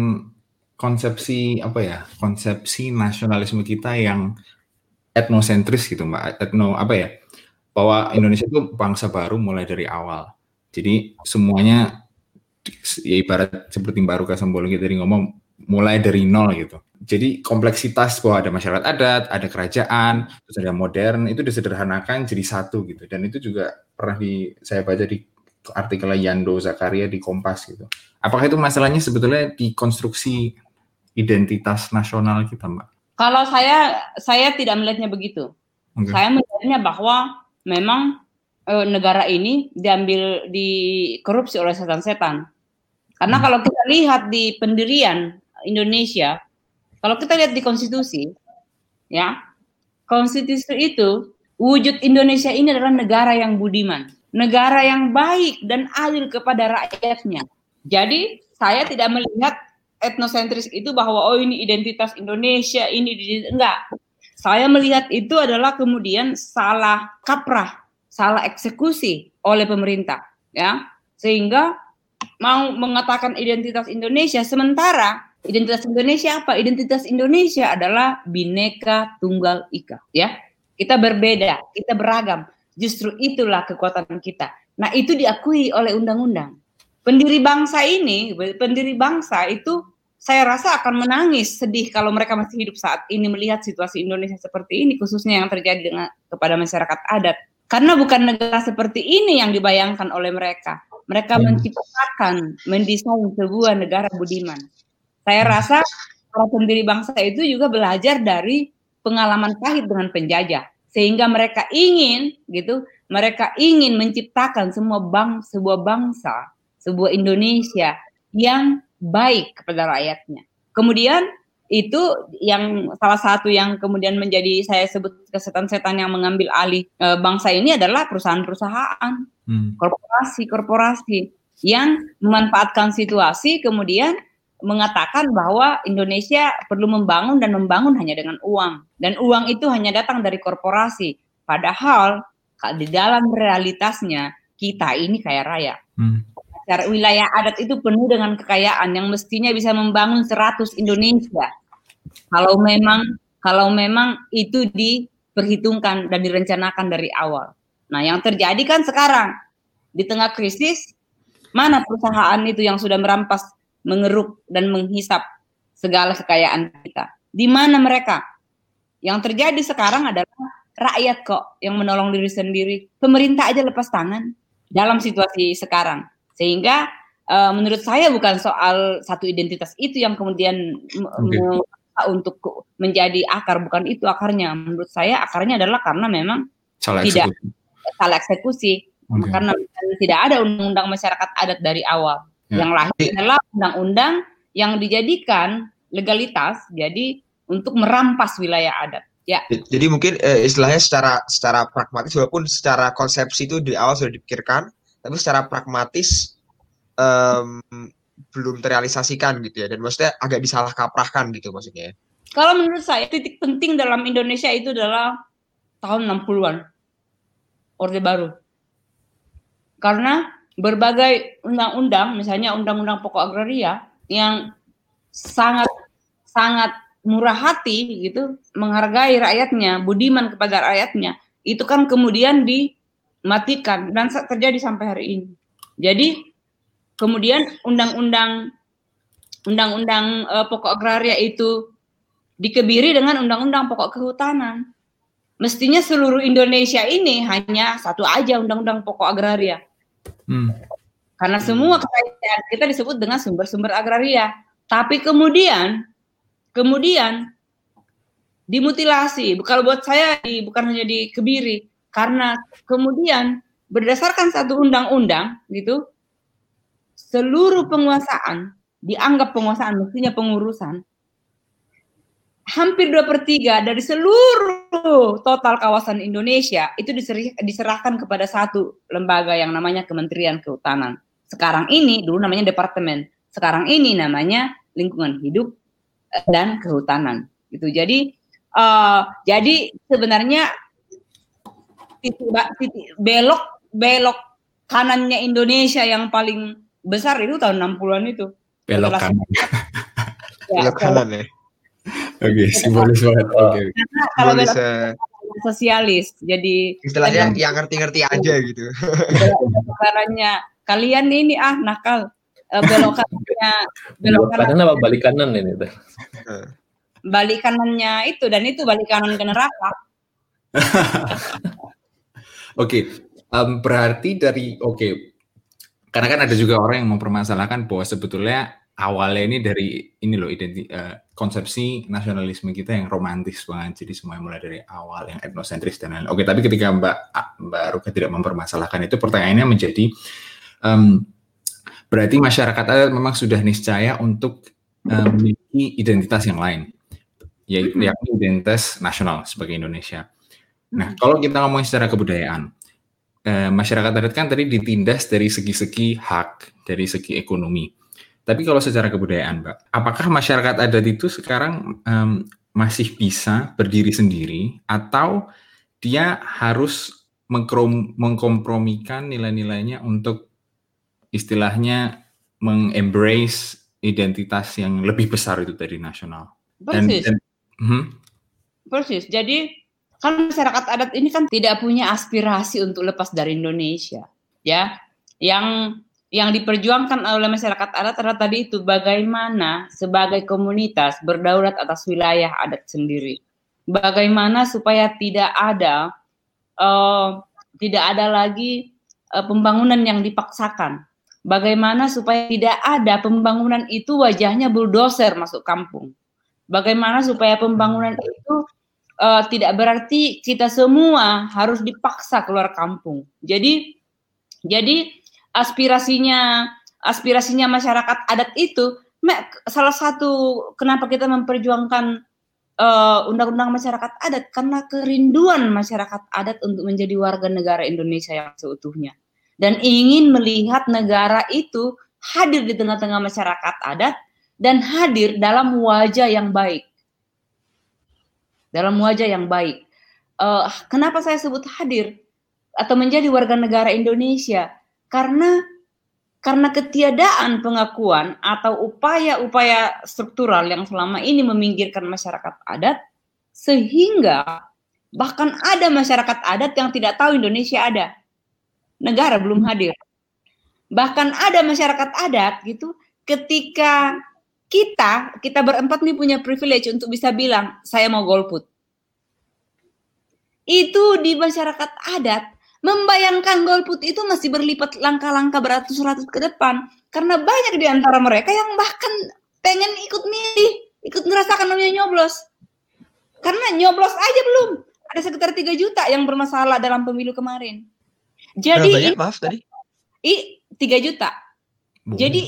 konsepsi apa ya konsepsi nasionalisme kita yang etnosentris gitu Mbak, etno apa ya, bahwa Indonesia itu bangsa baru mulai dari awal, jadi semuanya ya ibarat seperti Mbak Ruka Sambologi tadi ngomong mulai dari nol gitu. Jadi kompleksitas bahwa ada masyarakat adat, ada kerajaan, terus ada modern, itu disederhanakan jadi satu gitu. Dan itu juga pernah di saya baca di artikel Yando Zakaria di Kompas gitu. Apakah itu masalahnya sebetulnya di konstruksi identitas nasional kita, Mbak? Kalau saya, saya tidak melihatnya begitu. Okay. Saya melihatnya bahwa memang e, negara ini diambil, dikorupsi oleh setan-setan. Karena hmm. kalau kita lihat di pendirian Indonesia, kalau kita lihat di konstitusi, ya, konstitusi itu wujud Indonesia ini adalah negara yang budiman, negara yang baik dan adil kepada rakyatnya. Jadi saya tidak melihat etnosentris itu bahwa oh ini identitas Indonesia, ini enggak. Saya melihat itu adalah kemudian salah kaprah, salah eksekusi oleh pemerintah, ya. Sehingga mau mengatakan identitas Indonesia, sementara identitas Indonesia apa? Identitas Indonesia adalah Bhinneka Tunggal Ika, ya. Kita berbeda, kita beragam. Justru itulah kekuatan kita. Nah, itu diakui oleh undang-undang. Pendiri bangsa ini, pendiri bangsa itu saya rasa akan menangis sedih kalau mereka masih hidup saat ini melihat situasi Indonesia seperti ini, khususnya yang terjadi dengan kepada masyarakat adat. Karena bukan negara seperti ini yang dibayangkan oleh mereka. Mereka menciptakan, mendesain sebuah negara budiman. Saya rasa para pendiri bangsa itu juga belajar dari pengalaman pahit dengan penjajah, sehingga mereka ingin, gitu, mereka ingin menciptakan semua bang, sebuah bangsa, sebuah Indonesia yang baik kepada rakyatnya. Kemudian itu yang salah satu yang kemudian menjadi saya sebut kesetan-setan yang mengambil alih e, bangsa ini adalah perusahaan-perusahaan, hmm. korporasi-korporasi yang memanfaatkan situasi kemudian mengatakan bahwa Indonesia perlu membangun dan membangun hanya dengan uang, dan uang itu hanya datang dari korporasi. Padahal di dalam realitasnya kita ini kaya raya. Hmm. Wilayah adat itu penuh dengan kekayaan yang mestinya bisa membangun seratus Indonesia. Kalau memang kalau memang itu diperhitungkan dan direncanakan dari awal. Nah, yang terjadi kan sekarang di tengah krisis, mana perusahaan itu yang sudah merampas, mengeruk dan menghisap segala kekayaan kita? Di mana mereka? Yang terjadi sekarang adalah rakyat kok yang menolong diri sendiri. Pemerintah aja lepas tangan dalam situasi sekarang. Sehingga uh, menurut saya bukan soal satu identitas itu yang kemudian okay. untuk menjadi akar, bukan itu akarnya. Menurut saya akarnya adalah karena memang salah tidak eksekusi. salah eksekusi. Okay. Karena tidak ada undang-undang masyarakat adat dari awal. Ya. Yang lahir adalah undang-undang yang dijadikan legalitas, jadi untuk merampas wilayah adat. Ya. Jadi mungkin eh, istilahnya secara secara pragmatis, walaupun secara konsepsi itu di awal sudah dipikirkan, tapi secara pragmatis um, belum terrealisasikan gitu ya, dan maksudnya agak disalah kaprahkan gitu maksudnya. Kalau menurut saya titik penting dalam Indonesia itu adalah tahun enam puluhan, Orde Baru. Karena berbagai undang-undang, misalnya undang-undang pokok agraria yang sangat sangat murah hati gitu, menghargai rakyatnya, budiman kepada rakyatnya, itu kan kemudian dimatikan dan terjadi sampai hari ini. Jadi kemudian undang-undang undang-undang uh, pokok agraria itu dikebiri dengan undang-undang pokok kehutanan. Mestinya seluruh Indonesia ini hanya satu aja undang-undang pokok agraria. Hmm. Karena semua kekayaan kita disebut dengan sumber-sumber agraria. Tapi kemudian kemudian dimutilasi. Kalau buat saya bukan hanya dikebiri, karena kemudian berdasarkan satu undang-undang gitu, seluruh penguasaan, dianggap penguasaan, mestinya pengurusan, hampir dua per tiga dari seluruh total kawasan Indonesia itu diserahkan kepada satu lembaga yang namanya Kementerian Kehutanan. Sekarang ini, dulu namanya Departemen, sekarang ini namanya Lingkungan Hidup dan Kehutanan. Gitu. Jadi, uh, jadi sebenarnya titik, titik belok belok kanannya Indonesia yang paling besar itu tahun enam puluhan itu. Belok kanan. Ya, belok kanan ya. Oke, simbolis banget. Oke. Kalau belok sosialis, jadi istilahnya yang ngerti-ngerti aja gitu. Caranya kalian ini ah nakal. Uh, belok kanannya belok kanan apa balik kanan ini? Balik kanannya itu, dan itu balik kanan ke neraka. Oke, okay. um, berarti dari oke. Okay. Karena kan ada juga orang yang mempermasalahkan bahwa sebetulnya awalnya ini dari ini loh identi, uh, konsepsi nasionalisme kita yang romantis banget. Jadi semuanya mulai dari awal yang etnosentris dan lain-lain. Oke, tapi ketika Mbak Mbak Ruka tidak mempermasalahkan itu, pertanyaannya menjadi um, berarti masyarakat adat memang sudah niscaya untuk um, memiliki identitas yang lain, yaitu yakni identitas nasional sebagai Indonesia. Nah, kalau kita ngomongin secara kebudayaan, Eh, masyarakat adat kan tadi ditindas dari segi-segi hak, dari segi ekonomi. Tapi kalau secara kebudayaan, Mbak, apakah masyarakat adat itu sekarang um, masih bisa berdiri sendiri atau dia harus mengkrom- mengkompromikan nilai-nilainya untuk istilahnya mengembrace identitas yang lebih besar itu dari nasional? Persis. Dan, dan, hmm? Persis. Jadi kan masyarakat adat ini kan tidak punya aspirasi untuk lepas dari Indonesia, ya. Yang yang diperjuangkan oleh masyarakat adat adalah tadi itu bagaimana sebagai komunitas berdaulat atas wilayah adat sendiri. Bagaimana supaya tidak ada uh, tidak ada lagi uh, pembangunan yang dipaksakan. Bagaimana supaya tidak ada pembangunan itu wajahnya bulldozer masuk kampung. Bagaimana supaya pembangunan itu Uh, tidak berarti kita semua harus dipaksa keluar kampung. Jadi, jadi aspirasinya, aspirasinya masyarakat adat itu salah satu kenapa kita memperjuangkan uh, undang-undang masyarakat adat, karena kerinduan masyarakat adat untuk menjadi warga negara Indonesia yang seutuhnya dan ingin melihat negara itu hadir di tengah-tengah masyarakat adat dan hadir dalam wajah yang baik. Dalam wajah yang baik. Uh, kenapa saya sebut hadir atau menjadi warga negara Indonesia? Karena karena ketiadaan pengakuan atau upaya-upaya struktural yang selama ini meminggirkan masyarakat adat, sehingga bahkan ada masyarakat adat yang tidak tahu Indonesia ada. Negara belum hadir. Bahkan ada masyarakat adat gitu, ketika Kita, kita berempat nih punya privilege untuk bisa bilang, saya mau golput. Itu di masyarakat adat, membayangkan golput itu masih berlipat langkah-langkah beratus-ratus ke depan. Karena banyak di antara mereka yang bahkan pengen ikut milih. ikut merasakan namanya nyoblos. Karena nyoblos aja belum. Ada sekitar tiga juta yang bermasalah dalam pemilu kemarin. Jadi Berapa banyak, ini, maaf tadi? I, tiga juta. Boleh. Jadi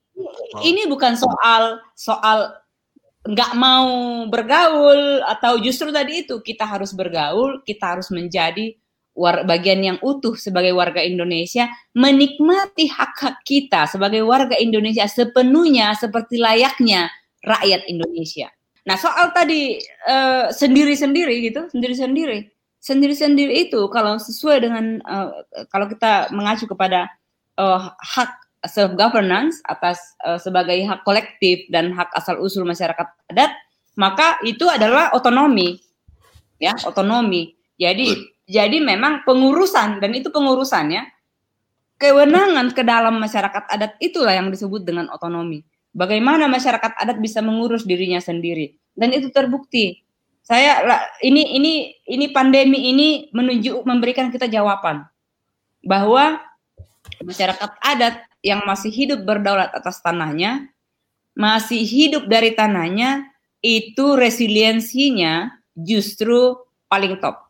ini bukan soal soal nggak mau bergaul atau justru tadi itu kita harus bergaul, kita harus menjadi war, bagian yang utuh sebagai warga Indonesia, menikmati hak-hak kita sebagai warga Indonesia sepenuhnya seperti layaknya rakyat Indonesia. Nah soal tadi uh, sendiri-sendiri gitu, sendiri-sendiri, sendiri-sendiri itu kalau sesuai dengan uh, kalau kita mengacu kepada uh, hak self governance atas uh, sebagai hak kolektif dan hak asal usul masyarakat adat, maka itu adalah otonomi, ya otonomi. Jadi jadi memang pengurusan dan itu pengurusannya kewenangan ke dalam masyarakat adat itulah yang disebut dengan otonomi. Bagaimana masyarakat adat bisa mengurus dirinya sendiri dan itu terbukti. Saya ini ini ini pandemi ini menunjuk memberikan kita jawaban bahwa masyarakat adat yang masih hidup berdaulat atas tanahnya, masih hidup dari tanahnya, itu resiliensinya justru paling top.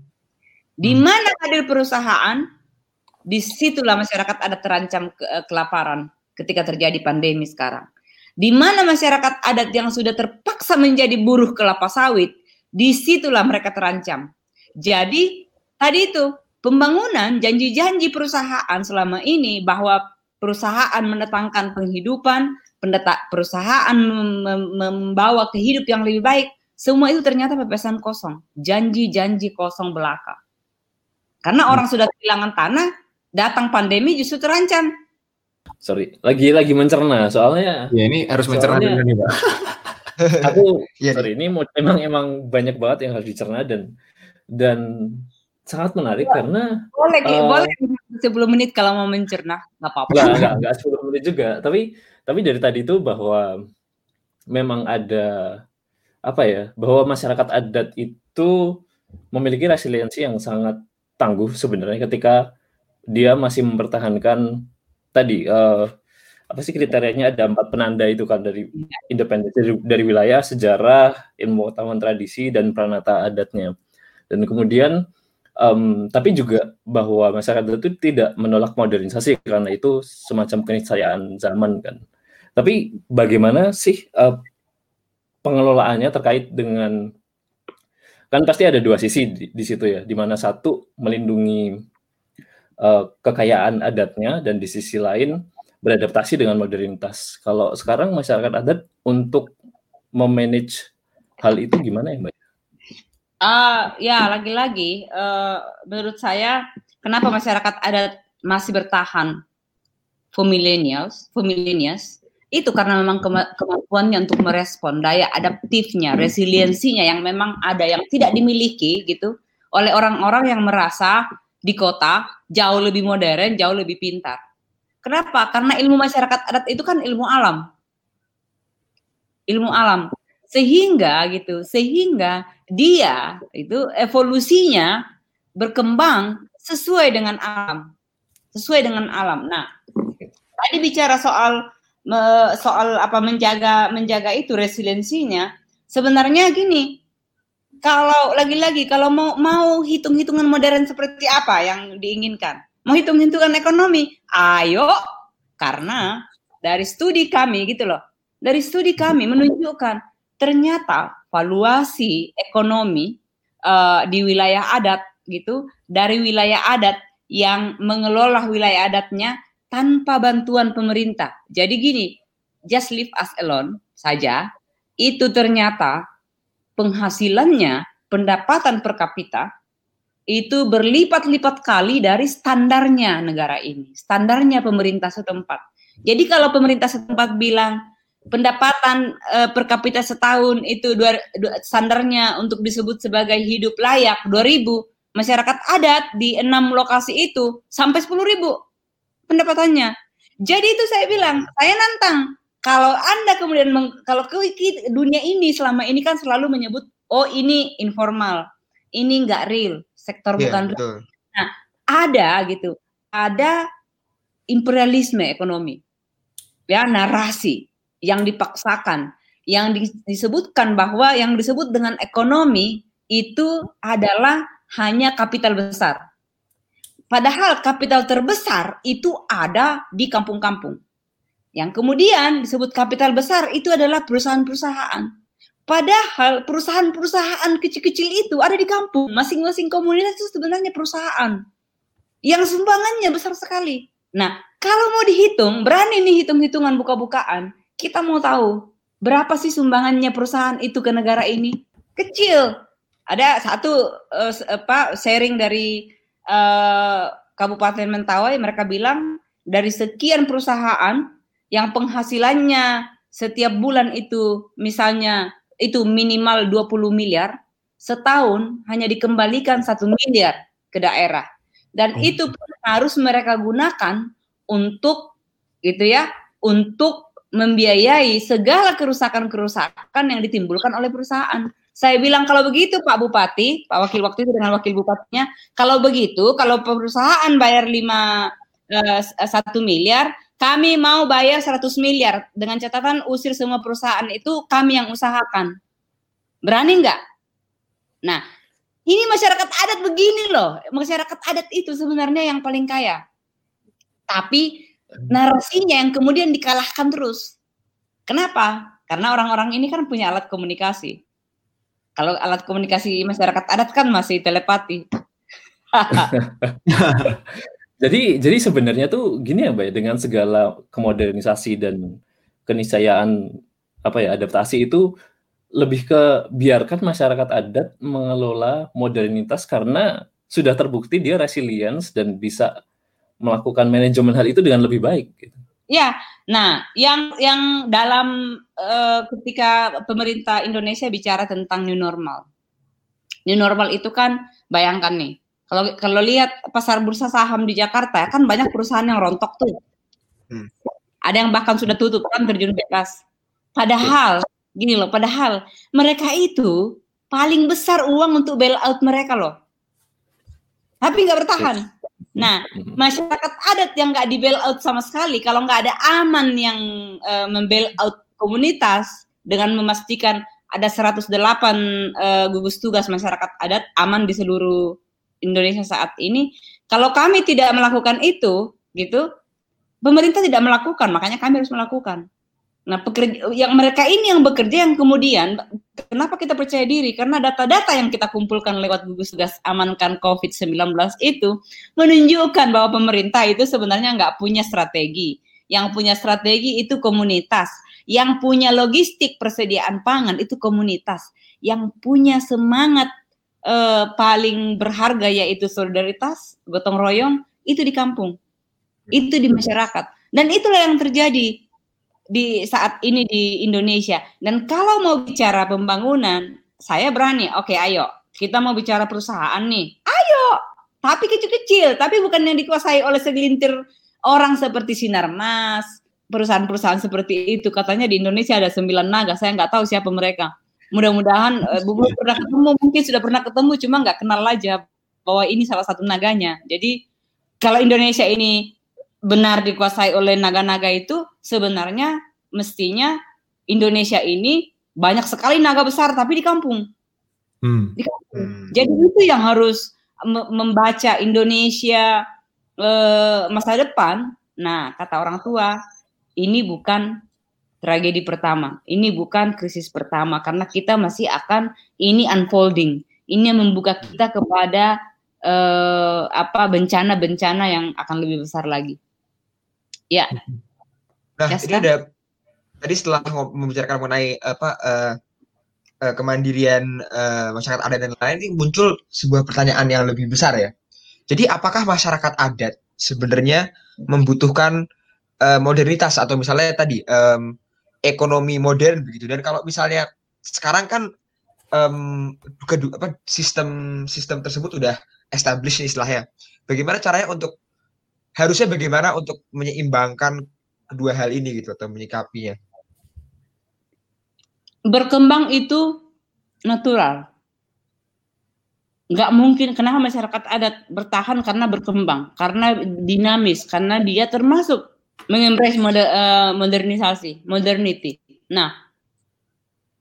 Di mana hadir perusahaan, disitulah masyarakat adat terancam ke, kelaparan ketika terjadi pandemi sekarang. Di mana masyarakat adat yang sudah terpaksa menjadi buruh kelapa sawit, disitulah mereka terancam. Jadi tadi itu pembangunan, janji-janji perusahaan selama ini bahwa perusahaan mendatangkan penghidupan, perusahaan mem- membawa ke hidup yang lebih baik, semua itu ternyata pepesan kosong, janji-janji kosong belaka. Karena orang sudah kehilangan tanah, datang pandemi justru terancam. Sorry, lagi-lagi mencerna soalnya. Ya ini harus mencerna dulu nih, Pak. Aku, Iya, sorry, ini emang emang banyak banget yang harus dicerna dan dan sangat menarik ya, karena boleh uh, boleh sepuluh menit kalau mau mencerna, nggak apa-apa. Enggak, enggak, enggak sepuluh menit juga. Tapi tapi dari tadi itu bahwa memang ada apa ya? Bahwa masyarakat adat itu memiliki resiliensi yang sangat tangguh sebenarnya ketika dia masih mempertahankan tadi uh, apa sih kriterianya, ada empat penanda itu kan, dari independensi dari, dari wilayah, sejarah, ilmu pengetahuan tradisi dan pranata adatnya. Dan kemudian Um, tapi juga bahwa masyarakat itu tidak menolak modernisasi karena itu semacam keniscayaan zaman kan. Tapi bagaimana sih uh, pengelolaannya terkait dengan, kan pasti ada dua sisi di, di situ ya, di mana satu melindungi uh, kekayaan adatnya dan di sisi lain beradaptasi dengan modernitas. Kalau sekarang masyarakat adat untuk memanage hal itu gimana ya, Mbak? Uh, ya lagi-lagi uh, menurut saya kenapa masyarakat adat masih bertahan for millennials, for millennials itu karena memang kema- kemampuannya untuk merespon, daya adaptifnya, resiliensinya yang memang ada yang tidak dimiliki gitu oleh orang-orang yang merasa di kota jauh lebih modern, jauh lebih pintar. Kenapa? Karena ilmu masyarakat adat itu kan ilmu alam, ilmu alam. Sehingga gitu, sehingga dia itu evolusinya berkembang sesuai dengan alam, sesuai dengan alam. Nah, tadi bicara soal soal apa menjaga menjaga itu resiliensinya, sebenarnya gini, kalau lagi-lagi kalau mau mau hitung-hitungan modern seperti apa yang diinginkan, mau hitung-hitungan ekonomi, ayo, karena dari studi kami gitu loh, dari studi kami menunjukkan ternyata valuasi ekonomi uh, di wilayah adat gitu, dari wilayah adat yang mengelola wilayah adatnya tanpa bantuan pemerintah. Jadi gini, just leave us alone saja, itu ternyata penghasilannya, pendapatan per kapita itu berlipat-lipat kali dari standarnya negara ini, standarnya pemerintah setempat. Jadi kalau pemerintah setempat bilang pendapatan uh, per kapita setahun itu dua, dua, standarnya untuk disebut sebagai hidup layak dua ribu, masyarakat adat di enam lokasi itu sampai sepuluh ribu pendapatannya. Jadi itu saya bilang, saya nantang kalau Anda kemudian meng, kalau ke dunia ini selama ini kan selalu menyebut oh ini informal, ini enggak real, sektor yeah, bukan real. Nah, ada gitu, ada imperialisme ekonomi, ya narasi yang dipaksakan yang disebutkan bahwa yang disebut dengan ekonomi itu adalah hanya kapital besar. Padahal kapital terbesar itu ada di kampung-kampung. Yang kemudian disebut kapital besar itu adalah perusahaan-perusahaan. Padahal perusahaan-perusahaan kecil-kecil itu ada di kampung. Masing-masing komunitas itu sebenarnya perusahaan yang sumbangannya besar sekali. Nah, kalau mau dihitung, berani nih hitung-hitungan buka-bukaan, kita mau tahu berapa sih sumbangannya perusahaan itu ke negara ini? Kecil. Ada satu uh, apa sharing dari uh, Kabupaten Mentawai, mereka bilang dari sekian perusahaan yang penghasilannya setiap bulan itu misalnya itu minimal dua puluh miliar, setahun hanya dikembalikan satu miliar ke daerah. Dan oh. itu pun harus mereka gunakan untuk gitu ya, untuk membiayai segala kerusakan-kerusakan yang ditimbulkan oleh perusahaan. Saya bilang kalau begitu Pak Bupati, Pak Wakil waktu itu dengan Wakil Bupatinya, kalau begitu kalau perusahaan bayar lima satu miliar, kami mau bayar seratus miliar dengan catatan usir semua perusahaan itu kami yang usahakan. Berani nggak? Nah, ini masyarakat adat begini loh. Masyarakat adat itu sebenarnya yang paling kaya. Tapi narasinya yang kemudian dikalahkan terus. Kenapa? Karena orang-orang ini kan punya alat komunikasi. Kalau alat komunikasi masyarakat adat kan masih telepati. Jadi jadi sebenarnya tuh gini ya Mbak, dengan segala kemodernisasi dan keniscayaan apa ya adaptasi itu lebih ke biarkan masyarakat adat mengelola modernitas karena sudah terbukti dia resilience dan bisa melakukan manajemen hal itu dengan lebih baik gitu. Ya, nah yang yang dalam uh, ketika pemerintah Indonesia bicara tentang new normal. New normal itu kan bayangkan nih, kalau kalau lihat pasar bursa saham di Jakarta kan banyak perusahaan yang rontok tuh. Hmm. Ada yang bahkan sudah tutup kan terjun bebas. Padahal gini loh, padahal mereka itu paling besar uang untuk bailout mereka loh. Tapi nggak bertahan. Nah, masyarakat adat yang nggak di bailout sama sekali, kalau nggak ada aman yang uh, membailout komunitas dengan memastikan ada seratus delapan uh, gugus tugas masyarakat adat aman di seluruh Indonesia saat ini. Kalau kami tidak melakukan itu, gitu, pemerintah tidak melakukan, makanya kami harus melakukan. Nah, pekerja, yang mereka ini yang bekerja yang kemudian, kenapa kita percaya diri? Karena data-data yang kita kumpulkan lewat gugus tugas amankan covid sembilan belas itu menunjukkan bahwa pemerintah itu sebenarnya nggak punya strategi. Yang punya strategi itu komunitas. Yang punya logistik persediaan pangan itu komunitas. Yang punya semangat eh, paling berharga yaitu solidaritas, gotong royong, itu di kampung. Itu di masyarakat. Dan itulah yang terjadi di saat ini di Indonesia. Dan kalau mau bicara pembangunan, saya berani, oke okay, ayo, kita mau bicara perusahaan nih, ayo, tapi kecil-kecil, tapi bukan yang dikuasai oleh segelintir orang seperti Sinarmas, perusahaan-perusahaan seperti itu. Katanya di Indonesia ada sembilan naga, saya nggak tahu siapa mereka. Mudah-mudahan, Bu Bu pernah ketemu, mungkin sudah pernah ketemu, cuma nggak kenal aja bahwa ini salah satu naganya. Jadi, kalau Indonesia ini benar dikuasai oleh naga-naga itu, sebenarnya mestinya Indonesia ini banyak sekali naga besar tapi di kampung. Hmm. Di kampung. Hmm. Jadi itu yang harus me- membaca Indonesia eh, masa depan. Nah, kata orang tua, ini bukan tragedi pertama, ini bukan krisis pertama, karena kita masih akan ini unfolding. Ini membuka kita kepada eh, apa bencana-bencana yang akan lebih besar lagi. Ya. Nah, ya, ini ada tadi setelah membicarakan mengenai apa uh, uh, kemandirian uh, masyarakat adat dan lain, ini muncul sebuah pertanyaan yang lebih besar ya. Jadi, apakah masyarakat adat sebenarnya membutuhkan uh, modernitas atau misalnya tadi um, ekonomi modern begitu? Dan kalau misalnya sekarang kan um, kedua, apa, sistem sistem tersebut sudah established istilahnya. Bagaimana caranya untuk harusnya bagaimana untuk menyeimbangkan kedua hal ini gitu atau menyikapinya? Berkembang itu natural. Nggak mungkin, kenapa masyarakat adat bertahan karena berkembang, karena dinamis, karena dia termasuk mengembrace moder, uh, modernisasi, modernity. Nah,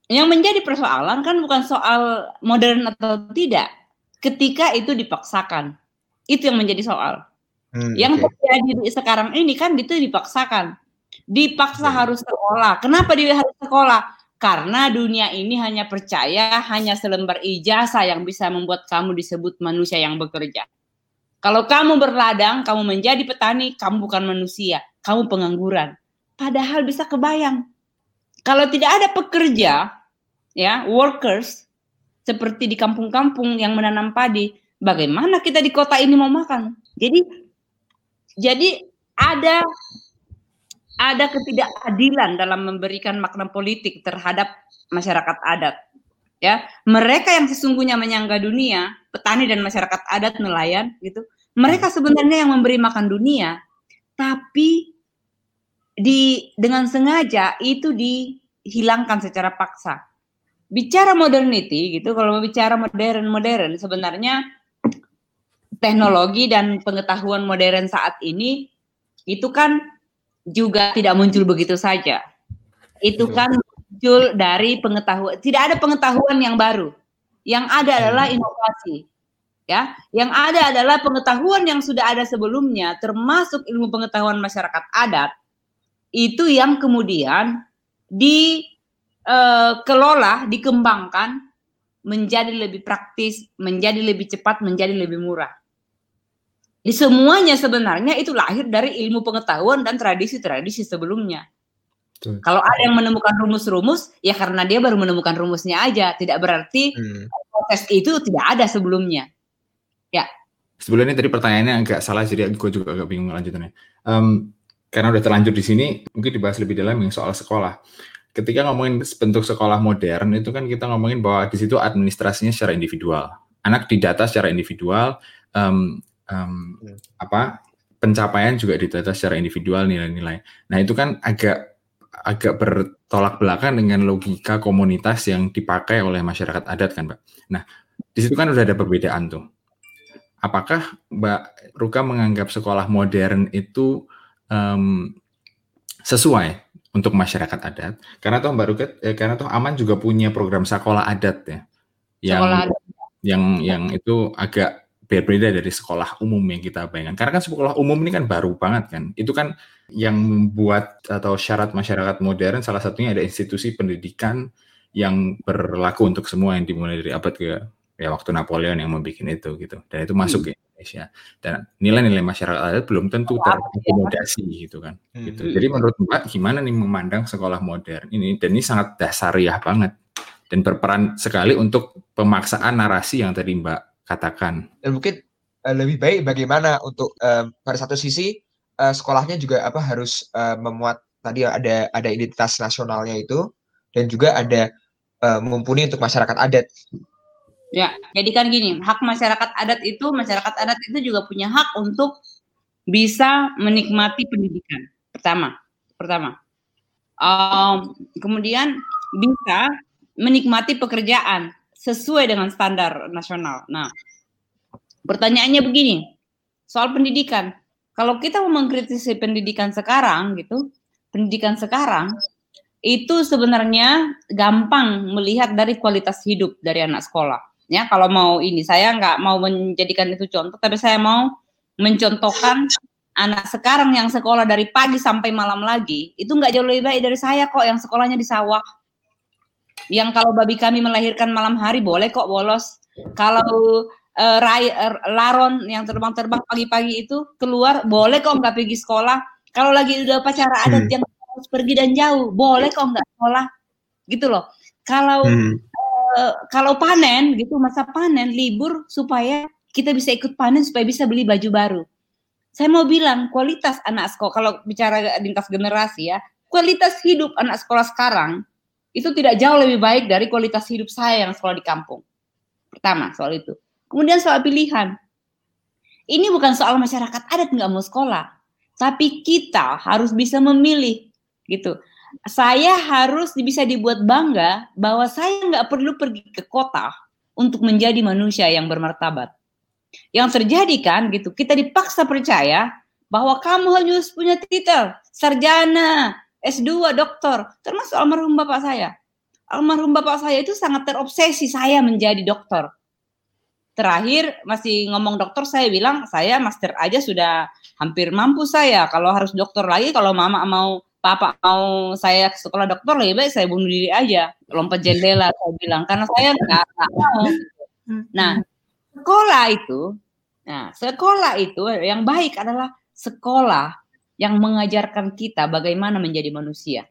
Yang menjadi persoalan kan bukan soal modern atau tidak, ketika itu dipaksakan. Itu yang menjadi soal. Hmm, yang okay. terjadi sekarang ini kan gitu dipaksakan. Dipaksa yeah. harus sekolah. Kenapa dia harus sekolah? Karena dunia ini hanya percaya hanya selembar ijazah yang bisa membuat kamu disebut manusia yang bekerja. Kalau kamu berladang, kamu menjadi petani, kamu bukan manusia, kamu pengangguran. Padahal bisa kebayang. Kalau tidak ada pekerja, ya, workers, seperti di kampung-kampung yang menanam padi, bagaimana kita di kota ini mau makan? Jadi, jadi ada ada ketidakadilan dalam memberikan makna politik terhadap masyarakat adat. Ya, mereka yang sesungguhnya menyangga dunia, petani dan masyarakat adat nelayan, gitu. Mereka sebenarnya yang memberi makan dunia, tapi di dengan sengaja itu dihilangkan secara paksa. Bicara modernity, gitu. Kalau bicara modern-modern, sebenarnya teknologi dan pengetahuan modern saat ini itu kan juga tidak muncul begitu saja. Itu kan muncul dari pengetahuan. Tidak ada pengetahuan yang baru. Yang ada adalah inovasi. Ya, yang ada adalah pengetahuan yang sudah ada sebelumnya, termasuk ilmu pengetahuan masyarakat adat. Itu yang kemudian dikelola, dikembangkan menjadi lebih praktis, menjadi lebih cepat, menjadi lebih murah. Di semuanya sebenarnya itu lahir dari ilmu pengetahuan dan tradisi-tradisi sebelumnya. Betul. Kalau ada yang menemukan rumus-rumus, ya karena dia baru menemukan rumusnya aja. Tidak berarti hmm. proses itu tidak ada sebelumnya. Ya. Sebelumnya tadi pertanyaannya agak salah, jadi gue juga agak bingung lanjutannya. Um, karena udah terlanjur di sini, mungkin dibahas lebih dalam yang soal sekolah. Ketika ngomongin bentuk sekolah modern, itu kan kita ngomongin bahwa di situ administrasinya secara individual. Anak didata secara individual, um, Um, hmm. apa pencapaian juga didata secara individual nilai-nilai. Nah itu kan agak agak bertolak belakang dengan logika komunitas yang dipakai oleh masyarakat adat kan, Mbak. Nah di situ kan udah ada perbedaan tuh. Apakah Mbak Ruka menganggap sekolah modern itu um, sesuai untuk masyarakat adat? Karena toh Mbak Ruka, eh, karena toh Aman juga punya program sekolah adat ya, yang sekolah adat. yang yang itu agak berbeda dari sekolah umum yang kita bayangkan. Karena kan sekolah umum ini kan baru banget kan. Itu kan yang membuat atau syarat masyarakat modern salah satunya ada institusi pendidikan yang berlaku untuk semua yang dimulai dari abad ke ya waktu Napoleon yang membuat itu gitu. Dan itu masuk hmm. ke Indonesia. Dan nilai-nilai masyarakat adat belum tentu terakomodasi gitu kan. Hmm. Gitu. Jadi menurut Mbak gimana nih memandang sekolah modern ini? Dan ini sangat dasariah banget dan berperan sekali untuk pemaksaan narasi yang tadi Mbak katakan. Dan mungkin uh, lebih baik bagaimana untuk uh, pada satu sisi uh, sekolahnya juga apa harus uh, memuat tadi ada ada identitas nasionalnya itu dan juga ada uh, mumpuni untuk masyarakat adat. Ya, jadi kan gini, hak masyarakat adat itu masyarakat adat itu juga punya hak untuk bisa menikmati pendidikan. Pertama, pertama. Um, kemudian bisa menikmati pekerjaan sesuai dengan standar nasional. Nah, pertanyaannya begini, soal pendidikan. Kalau kita mau mengkritisi pendidikan sekarang, gitu, pendidikan sekarang itu sebenarnya gampang melihat dari kualitas hidup dari anak sekolah. Ya, kalau mau ini, saya nggak mau menjadikan itu contoh, tapi saya mau mencontohkan anak sekarang yang sekolah dari pagi sampai malam lagi, itu nggak jauh lebih baik dari saya kok yang sekolahnya di sawah. Yang kalau babi kami melahirkan malam hari boleh kok bolos. Kalau uh, ray, uh, laron yang terbang-terbang pagi-pagi itu keluar boleh kok nggak pergi sekolah. Kalau lagi udah upacara adat hmm. yang harus pergi dan jauh boleh kok nggak sekolah. Gitu loh. Kalau hmm. uh, kalau panen gitu masa panen libur supaya kita bisa ikut panen supaya bisa beli baju baru. Saya mau bilang kualitas anak sekolah kalau bicara lintas generasi ya kualitas hidup anak sekolah sekarang itu tidak jauh lebih baik dari kualitas hidup saya yang sekolah di kampung. Pertama, soal itu. Kemudian soal pilihan. Ini bukan soal masyarakat adat nggak mau sekolah. Tapi kita harus bisa memilih. Gitu. Saya harus bisa dibuat bangga bahwa saya nggak perlu pergi ke kota untuk menjadi manusia yang bermartabat. Yang terjadi kan, gitu, kita dipaksa percaya bahwa kamu harus punya titel sarjana, S dua, doktor, termasuk almarhum bapak saya. almarhum bapak saya itu sangat terobsesi saya menjadi dokter. Terakhir masih ngomong dokter, saya bilang saya master aja sudah hampir mampu saya. Kalau harus dokter lagi, kalau mama mau, papa mau saya ke sekolah dokter, lebih baik saya bunuh diri aja, lompat jendela, saya bilang, karena saya nggak mau. Nah, sekolah itu, nah sekolah itu yang baik adalah sekolah yang mengajarkan kita bagaimana menjadi manusia,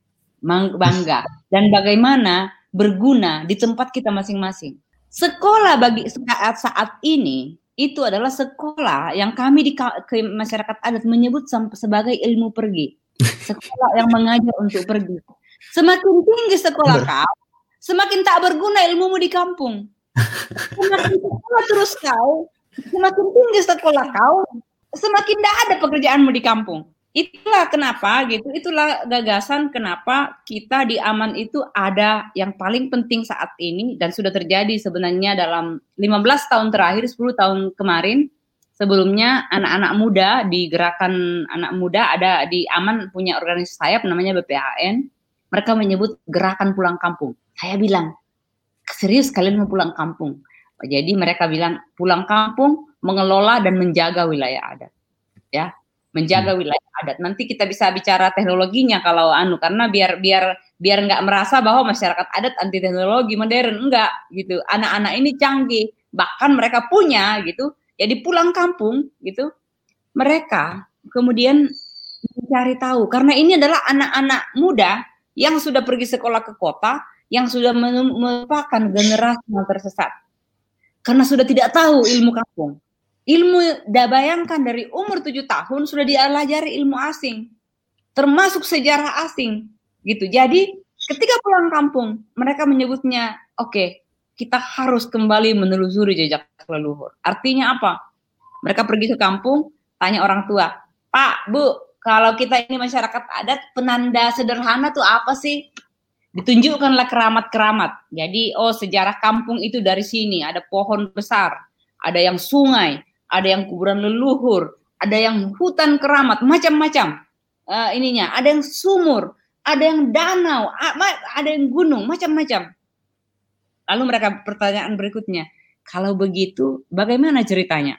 bangga, dan bagaimana berguna di tempat kita masing-masing. Sekolah bagi saat saat ini itu adalah sekolah yang kami di ke masyarakat adat menyebut sebagai ilmu pergi. Sekolah yang mengajar untuk pergi. Semakin tinggi sekolah kau, semakin tak berguna ilmumu di kampung. Semakin sekolah terus kau, semakin tinggi sekolah kau, semakin tidak ada pekerjaanmu di kampung. Itulah kenapa gitu, itulah gagasan kenapa kita di Aman itu ada yang paling penting saat ini dan sudah terjadi sebenarnya dalam lima belas tahun terakhir, sepuluh tahun kemarin. Sebelumnya anak-anak muda di gerakan anak muda ada di Aman punya organisasi sayap namanya B P A N. Mereka menyebut gerakan pulang kampung. Saya bilang, serius kalian mau pulang kampung? Jadi mereka bilang pulang kampung, mengelola dan menjaga wilayah adat. Ya. Menjaga wilayah adat. Nanti kita bisa bicara teknologinya kalau anu, karena biar biar biar nggak merasa bahwa masyarakat adat anti teknologi modern, enggak gitu. Anak-anak ini canggih, bahkan mereka punya gitu. Jadi pulang kampung gitu, mereka kemudian mencari tahu, karena ini adalah anak-anak muda yang sudah pergi sekolah ke kota, yang sudah merupakan generasi yang tersesat, karena sudah tidak tahu ilmu kampung. Ilmu, dah bayangkan dari umur tujuh tahun sudah diajari ilmu asing, termasuk sejarah asing, gitu. Jadi ketika pulang kampung, mereka menyebutnya, oke, okay, kita harus kembali menelusuri jejak leluhur. Artinya apa? Mereka pergi ke kampung, tanya orang tua, Pak, Bu, kalau kita ini masyarakat adat, penanda sederhana tuh apa sih? Ditunjukkanlah keramat-keramat. Jadi, oh sejarah kampung itu dari sini, ada pohon besar, ada yang sungai, ada yang kuburan leluhur, ada yang hutan keramat, macam-macam uh, ininya, ada yang sumur, ada yang danau, ada yang gunung, macam-macam. Lalu mereka pertanyaan berikutnya, kalau begitu bagaimana ceritanya?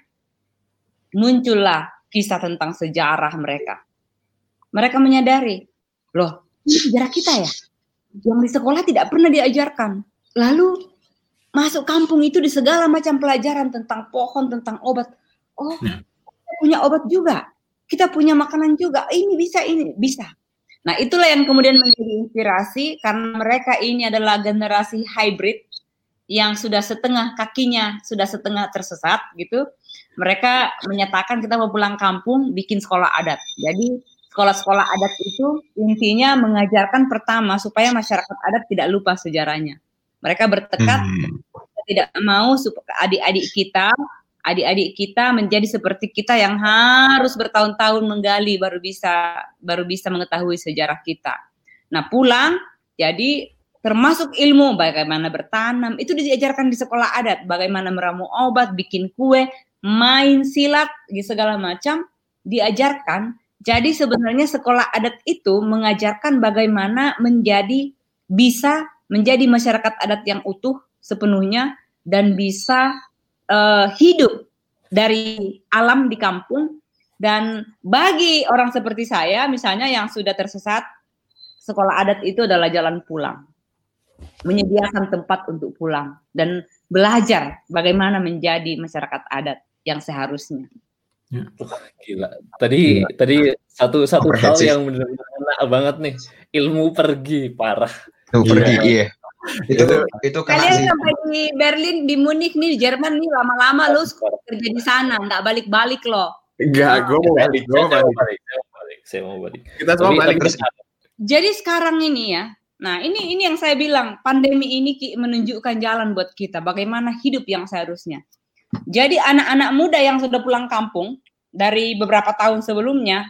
Muncullah kisah tentang sejarah mereka. Mereka menyadari, loh ini sejarah kita ya, yang di sekolah tidak pernah diajarkan. Lalu masuk kampung itu di segala macam pelajaran tentang pohon, tentang obat. Oh, kita punya obat juga, kita punya makanan juga, ini bisa, ini bisa. Nah itulah yang kemudian menjadi inspirasi, karena mereka ini adalah generasi hybrid yang sudah setengah kakinya, sudah setengah tersesat gitu. Mereka menyatakan kita mau pulang kampung, bikin sekolah adat. Jadi sekolah-sekolah adat itu intinya mengajarkan pertama supaya masyarakat adat tidak lupa sejarahnya. Mereka bertekad hmm. tidak mau supaya adik-adik kita, adik-adik kita menjadi seperti kita yang harus bertahun-tahun menggali baru bisa baru bisa mengetahui sejarah kita. Nah, pulang jadi termasuk ilmu bagaimana bertanam itu diajarkan di sekolah adat, bagaimana meramu obat, bikin kue, main silat, segala macam diajarkan. Jadi sebenarnya sekolah adat itu mengajarkan bagaimana menjadi bisa menjadi masyarakat adat yang utuh sepenuhnya dan bisa Uh, hidup dari alam di kampung. Dan bagi orang seperti saya misalnya yang sudah tersesat, sekolah adat itu adalah jalan pulang, menyediakan tempat untuk pulang dan belajar bagaimana menjadi masyarakat adat yang seharusnya. Ya. Gila. Tadi Gila. tadi satu satu hal yang benar-benar enak banget nih, ilmu pergi parah. Ilmu pergi, iya. itu itu kalian sampai di Berlin, di Munich nih, di Jerman nih lama-lama lo kerja di sana, nggak balik-balik lo. Enggak, gue mau balik, gue mau balik. Saya mau balik. Kita semua balik. Jadi sekarang ini ya, nah ini ini yang saya bilang, pandemi ini menunjukkan jalan buat kita, bagaimana hidup yang seharusnya. Jadi anak-anak muda yang sudah pulang kampung dari beberapa tahun sebelumnya,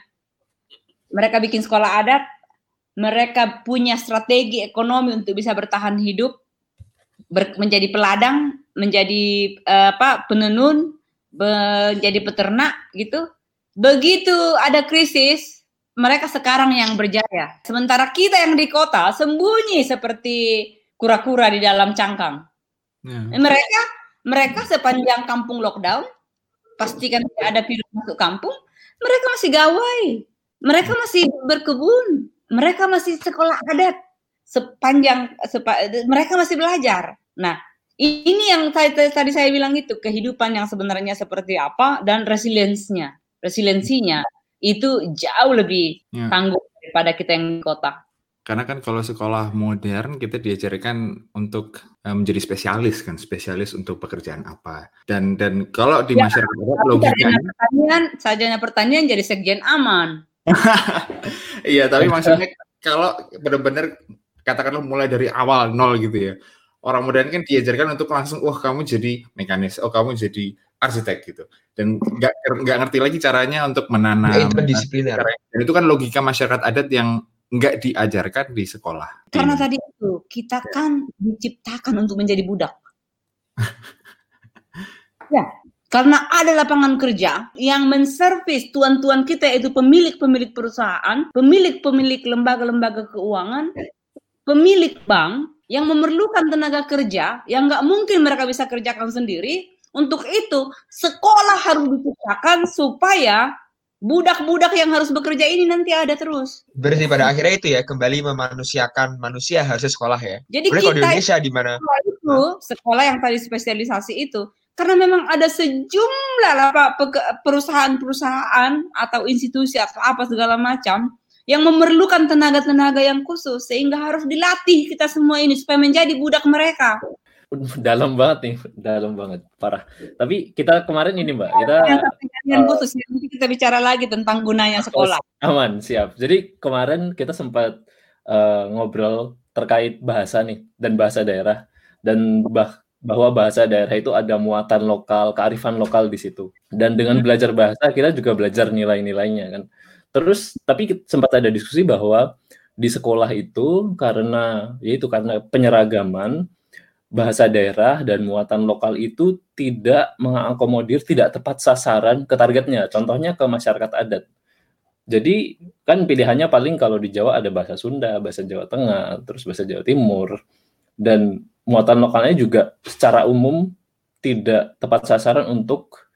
mereka bikin sekolah adat. Mereka punya strategi ekonomi untuk bisa bertahan hidup, ber, menjadi peladang, menjadi uh, apa penenun, menjadi peternak gitu. Begitu ada krisis, mereka sekarang yang berjaya. Sementara kita yang di kota sembunyi seperti kura-kura di dalam cangkang. Ya. Mereka mereka sepanjang kampung lockdown, pastikan tidak ada virus masuk kampung, mereka masih gawai, mereka masih berkebun, mereka masih sekolah adat sepanjang sepa, mereka masih belajar. Nah, ini yang tadi, tadi saya bilang itu kehidupan yang sebenarnya seperti apa dan resiliensinya, resiliensinya itu jauh lebih Ya. tangguh daripada kita yang di kota. Karena kan kalau sekolah modern kita diajarkan untuk uh, menjadi spesialis kan, spesialis untuk pekerjaan apa. Dan dan kalau di Ya, masyarakat tapi logikanya sarjana pertanian, sarjana pertanian jadi sekjen aman. iya, tapi maksudnya kalau benar-benar katakanlah mulai dari awal nol gitu ya. Orang modern kan diajarkan untuk langsung, wah kamu jadi mekanis, oh kamu jadi arsitek gitu. Dan nggak nggak ngerti lagi caranya untuk menanam. Ya, interdisipliner. Dan itu kan logika masyarakat adat yang nggak diajarkan di sekolah. Karena Ini. tadi itu kita kan diciptakan untuk menjadi budak. Ya, karena ada lapangan kerja yang menservis tuan-tuan kita itu pemilik-pemilik perusahaan, pemilik-pemilik lembaga-lembaga keuangan, pemilik bank yang memerlukan tenaga kerja yang nggak mungkin mereka bisa kerjakan sendiri. Untuk itu sekolah harus diciptakan supaya budak-budak yang harus bekerja ini nanti ada terus. Berarti pada akhirnya itu ya kembali memanusiakan manusia harusnya sekolah ya. Jadi Boleh kalau di kita Indonesia di mana? itu sekolah yang tadi spesialisasi itu karena memang ada sejumlah lah Pak peke- perusahaan-perusahaan atau institusi atau apa segala macam yang memerlukan tenaga-tenaga yang khusus sehingga harus dilatih kita semua ini supaya menjadi budak mereka. Dalam banget nih, dalam banget, parah. Tapi kita kemarin ini Mbak, kita Yang pertanyaan uh, khusus nanti kita bicara lagi tentang gunanya sekolah. aman, siap. Jadi kemarin kita sempat uh, ngobrol terkait bahasa nih dan bahasa daerah dan bah bahwa bahasa daerah itu ada muatan lokal, kearifan lokal di situ. Dan dengan belajar bahasa kita juga belajar nilai-nilainya kan. Terus tapi sempat ada diskusi bahwa di sekolah itu karena yaitu karena penyeragaman bahasa daerah dan muatan lokal itu tidak mengakomodir, tidak tepat sasaran ke targetnya. Contohnya ke masyarakat adat. Jadi kan pilihannya paling kalau di Jawa ada bahasa Sunda, bahasa Jawa Tengah, terus bahasa Jawa Timur. Dan muatan lokalnya juga secara umum tidak tepat sasaran untuk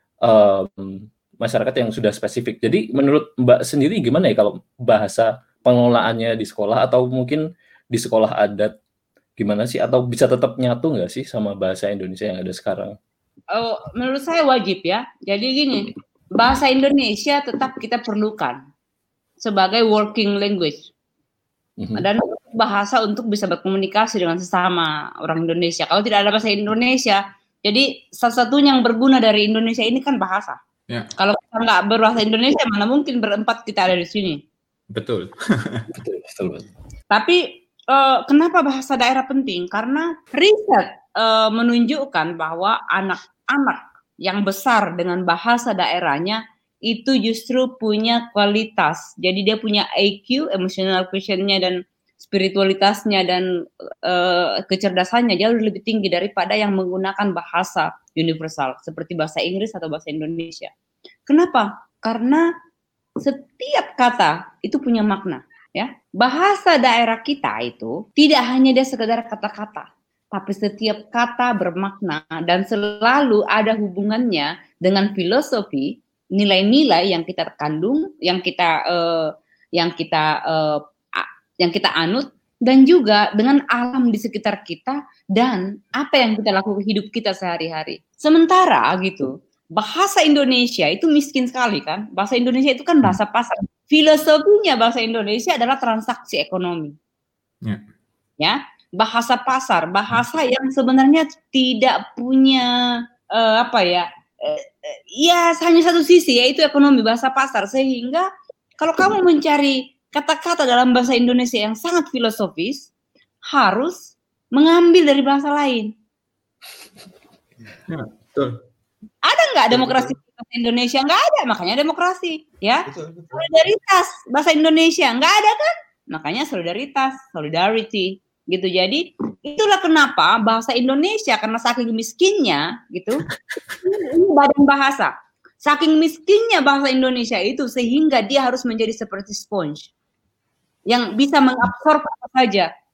um, masyarakat yang sudah spesifik. Jadi menurut Mbak sendiri gimana ya kalau bahasa pengelolaannya di sekolah atau mungkin di sekolah adat? Gimana sih? Atau bisa tetap nyatu nggak sih sama bahasa Indonesia yang ada sekarang? Oh, menurut saya wajib ya. Jadi gini, bahasa Indonesia tetap kita perlukan sebagai working language. Mm-hmm. Dan bahasa untuk bisa berkomunikasi dengan sesama orang Indonesia. Kalau tidak ada bahasa Indonesia, jadi salah satu yang berguna dari Indonesia ini kan bahasa. Ya. Kalau kita nggak berbahasa Indonesia, mana mungkin berempat kita ada di sini. Betul. betul, betul, betul. Tapi Uh, kenapa bahasa daerah penting? Karena riset uh, menunjukkan bahwa anak-anak yang besar dengan bahasa daerahnya itu justru punya kualitas. Jadi dia punya I Q, emotional quotient-nya dan spiritualitasnya dan uh, kecerdasannya jauh lebih tinggi daripada yang menggunakan bahasa universal seperti bahasa Inggris atau bahasa Indonesia. Kenapa? Karena setiap kata itu punya makna. Ya, bahasa daerah kita itu tidak hanya dia sekedar kata-kata, tapi setiap kata bermakna dan selalu ada hubungannya dengan filosofi, nilai-nilai yang kita kandung, yang kita uh, yang kita uh, yang kita anut, dan juga dengan alam di sekitar kita dan apa yang kita lakukan hidup kita sehari-hari. Sementara gitu, bahasa Indonesia itu miskin sekali kan? Bahasa Indonesia itu kan bahasa pasar. Filosofinya bahasa Indonesia adalah transaksi ekonomi. Ya. Ya, bahasa pasar, bahasa yang sebenarnya tidak punya uh, apa ya? Uh, ya hanya satu sisi yaitu ekonomi, bahasa pasar, sehingga kalau kamu mencari kata-kata dalam bahasa Indonesia yang sangat filosofis harus mengambil dari bahasa lain. Ya, betul. Ada nggak demokrasi bahasa Indonesia? Nggak ada, makanya demokrasi, ya. Betul, betul. Solidaritas bahasa Indonesia nggak ada kan? Makanya solidaritas, solidarity, gitu. Jadi itulah kenapa bahasa Indonesia karena saking miskinnya, gitu, ini badan bahasa. Saking miskinnya bahasa Indonesia itu sehingga dia harus menjadi seperti sponge yang bisa mengabsorb apa saja.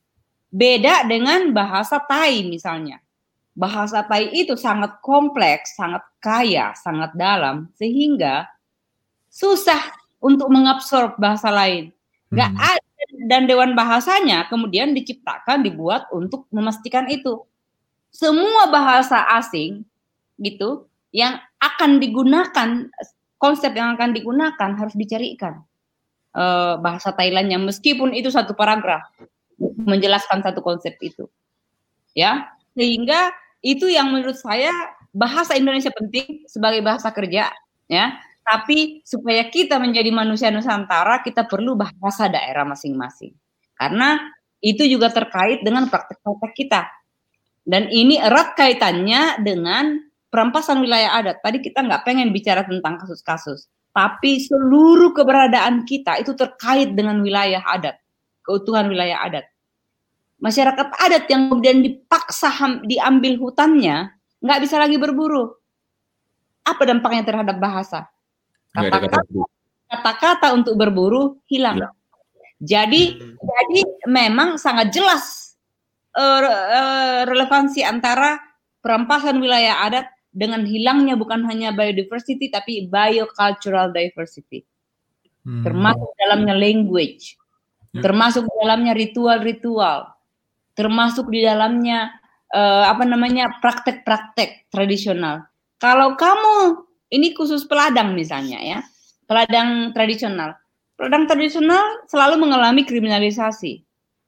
Beda dengan bahasa Thai misalnya. Bahasa Thai itu sangat kompleks, sangat kaya, sangat dalam, sehingga susah untuk mengabsorb bahasa lain. Nggak Hmm. ada, dan Dewan Bahasanya kemudian diciptakan, dibuat untuk memastikan itu. Semua bahasa asing gitu yang akan digunakan, konsep yang akan digunakan harus dicarikan eh, bahasa Thailandnya, meskipun itu satu paragraf menjelaskan satu konsep itu, ya, sehingga itu yang menurut saya bahasa Indonesia penting sebagai bahasa kerja, ya, tapi supaya kita menjadi manusia Nusantara kita perlu bahasa daerah masing-masing, karena itu juga terkait dengan praktek-praktek kita, dan ini erat kaitannya dengan perampasan wilayah adat. Tadi kita nggak pengen bicara tentang kasus-kasus, tapi seluruh keberadaan kita itu terkait dengan wilayah adat, keutuhan wilayah adat. Masyarakat adat yang kemudian dipaksa diambil hutannya, nggak bisa lagi berburu. Apa dampaknya terhadap bahasa? Kata-kata, kata-kata untuk berburu hilang. Ya. Jadi, hmm. jadi memang sangat jelas uh, uh, relevansi antara perampasan wilayah adat dengan hilangnya bukan hanya biodiversity tapi biocultural diversity, hmm. termasuk dalamnya language, ya. termasuk dalamnya ritual-ritual, termasuk di dalamnya uh, apa namanya praktek-praktek tradisional. Kalau kamu ini khusus peladang misalnya ya, peladang tradisional, peladang tradisional selalu mengalami kriminalisasi.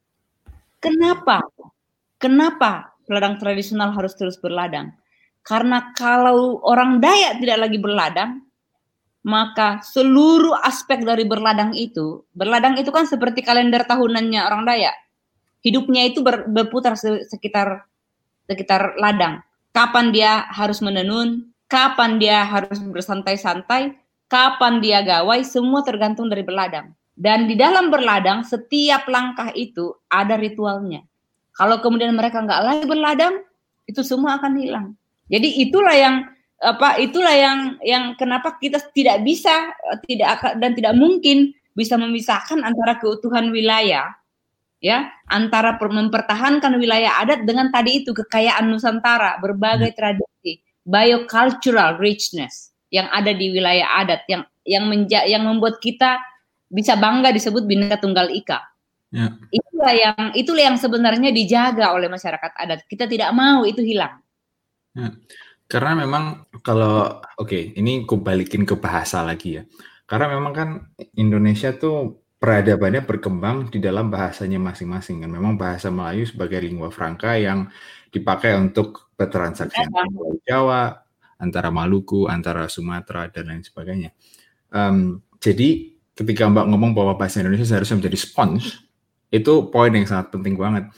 Kenapa? Kenapa peladang tradisional harus terus berladang? Karena kalau orang Dayak tidak lagi berladang, maka seluruh aspek dari berladang itu, berladang itu kan seperti kalender tahunannya orang Dayak. Hidupnya itu ber, berputar sekitar sekitar ladang. Kapan dia harus menenun, kapan dia harus bersantai-santai, kapan dia gawai, semua tergantung dari berladang. Dan di dalam berladang, setiap langkah itu ada ritualnya. Kalau kemudian mereka nggak lagi berladang, itu semua akan hilang. Jadi itulah yang apa? Itulah yang yang kenapa kita tidak bisa, tidak dan tidak mungkin bisa memisahkan antara keutuhan wilayah, ya, antara mempertahankan wilayah adat dengan tadi itu kekayaan Nusantara, berbagai hmm. tradisi, biocultural richness yang ada di wilayah adat, yang yang menja, yang membuat kita bisa bangga disebut Bhinneka Tunggal Ika. Ya. Itulah yang itulah yang sebenarnya dijaga oleh masyarakat adat. Kita tidak mau itu hilang. Ya. Karena memang kalau oke, okay, ini aku balikin ke bahasa lagi ya. Karena memang kan Indonesia tuh peradabannya berkembang di dalam bahasanya masing-masing kan. Memang bahasa Melayu sebagai lingua franca yang dipakai untuk bertransaksi antara Jawa, antara Maluku, antara Sumatera dan lain sebagainya. Um, jadi ketika Mbak ngomong bahwa bahasa Indonesia seharusnya menjadi sponge, itu poin yang sangat penting banget.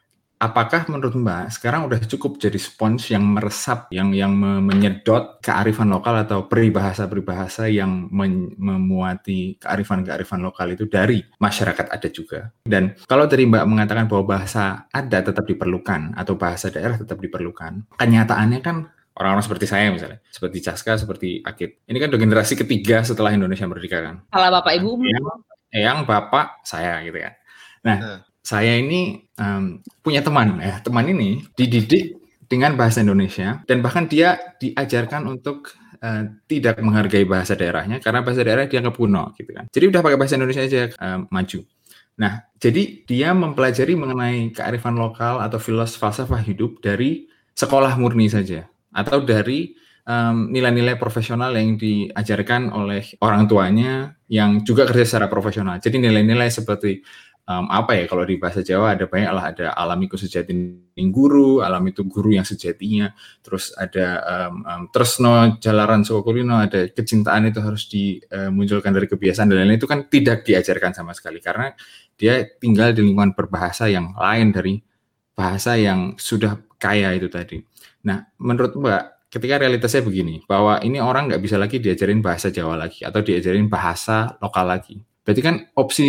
Apakah menurut Mbak sekarang udah cukup jadi sponge yang meresap, yang yang menyedot kearifan lokal atau peribahasa-peribahasa yang men- memuati kearifan-kearifan lokal itu dari masyarakat adat juga? Dan kalau tadi Mbak mengatakan bahwa bahasa adat tetap diperlukan atau bahasa daerah tetap diperlukan, kenyataannya kan orang-orang seperti saya misalnya, seperti Caska, seperti Akid, ini kan udah generasi ketiga setelah Indonesia merdeka kan? Salah bapak ibu. Yang, yang bapak saya gitu kan. Nah, hmm. saya ini um, punya teman ya. Teman ini dididik dengan bahasa Indonesia dan bahkan dia diajarkan untuk uh, tidak menghargai bahasa daerahnya karena bahasa daerah dianggap kuno gitu kan. Jadi udah pakai bahasa Indonesia aja uh, maju. Nah, jadi dia mempelajari mengenai kearifan lokal atau filosofi falsafah hidup dari sekolah murni saja atau dari um, nilai-nilai profesional yang diajarkan oleh orang tuanya yang juga kerja secara profesional. Jadi nilai-nilai seperti Um, apa ya kalau di bahasa Jawa ada banyak lah, ada alamiku sejati guru, alam itu guru yang sejatinya, terus ada um, um, tresno jalaran saka kulino, ada kecintaan itu harus dimunculkan uh, dari kebiasaan dan lain-lain, itu kan tidak diajarkan sama sekali karena dia tinggal di lingkungan berbahasa yang lain dari bahasa yang sudah kaya itu tadi. Nah, menurut Mbak, ketika realitasnya begini, bahwa ini orang nggak bisa lagi diajarin bahasa Jawa lagi atau diajarin bahasa lokal lagi. Berarti kan opsi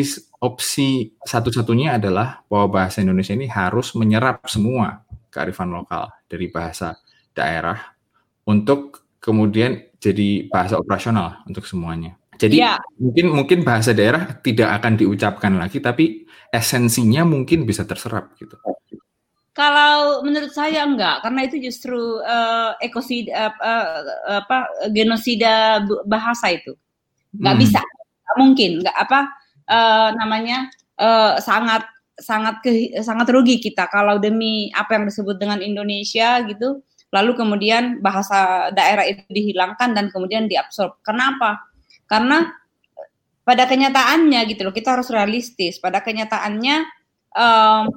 opsi satu-satunya adalah bahwa bahasa Indonesia ini harus menyerap semua kearifan lokal dari bahasa daerah untuk kemudian jadi bahasa operasional untuk semuanya. Jadi ya. mungkin mungkin bahasa daerah tidak akan diucapkan lagi, tapi esensinya mungkin bisa terserap gitu. Kalau menurut saya enggak, karena itu justru uh, ekosida uh, uh, apa genosida bahasa itu nggak hmm. bisa, nggak mungkin, nggak apa uh, namanya uh, sangat sangat ke, sangat rugi kita kalau demi apa yang disebut dengan Indonesia gitu, lalu kemudian bahasa daerah itu dihilangkan dan kemudian diabsorb. Kenapa? Karena pada kenyataannya gitu loh, kita harus realistis. Pada kenyataannya um,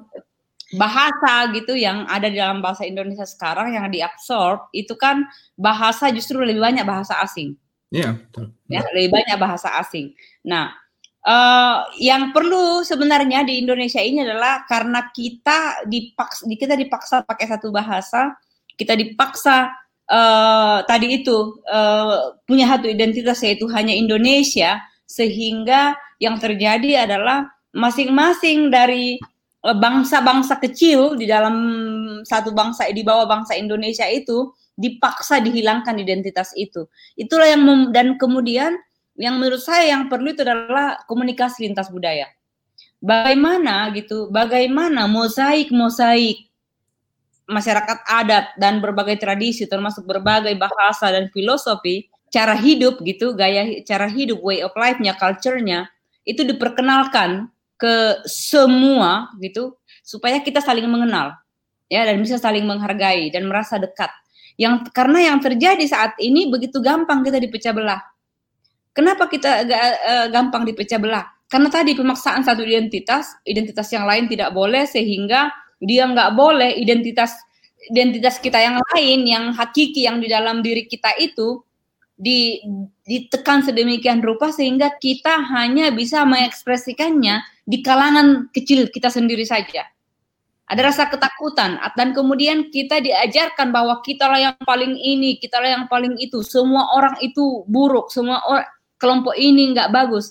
bahasa gitu yang ada di dalam bahasa Indonesia sekarang yang diabsorb itu kan bahasa justru lebih banyak bahasa asing. Iya, betul. Ya, lebih banyak bahasa asing. Nah, uh, yang perlu sebenarnya di Indonesia ini adalah karena kita dipaksa, kita dipaksa pakai satu bahasa, kita dipaksa uh, tadi itu uh, punya satu identitas yaitu hanya Indonesia, sehingga yang terjadi adalah masing-masing dari bangsa-bangsa kecil di dalam satu bangsa, di bawah bangsa Indonesia itu dipaksa dihilangkan identitas itu. Itulah yang mem- dan kemudian yang menurut saya yang perlu itu adalah komunikasi lintas budaya. Bagaimana gitu, bagaimana mozaik-mozaik masyarakat adat dan berbagai tradisi termasuk berbagai bahasa dan filosofi, cara hidup gitu, gaya cara hidup, way of life-nya, culture-nya itu diperkenalkan ke semua gitu supaya kita saling mengenal ya dan bisa saling menghargai dan merasa dekat. Yang karena yang terjadi saat ini begitu gampang kita dipecah belah. Kenapa kita uh, gampang dipecah belah? Karena tadi pemaksaan satu identitas, identitas yang lain tidak boleh sehingga dia nggak boleh identitas identitas kita yang lain yang hakiki yang di dalam diri kita itu di ditekan sedemikian rupa sehingga kita hanya bisa mengekspresikannya di kalangan kecil kita sendiri saja. Ada rasa ketakutan dan kemudian kita diajarkan bahwa kitalah yang paling ini, kitalah yang paling itu, semua orang itu buruk, semua orang, kelompok ini nggak bagus.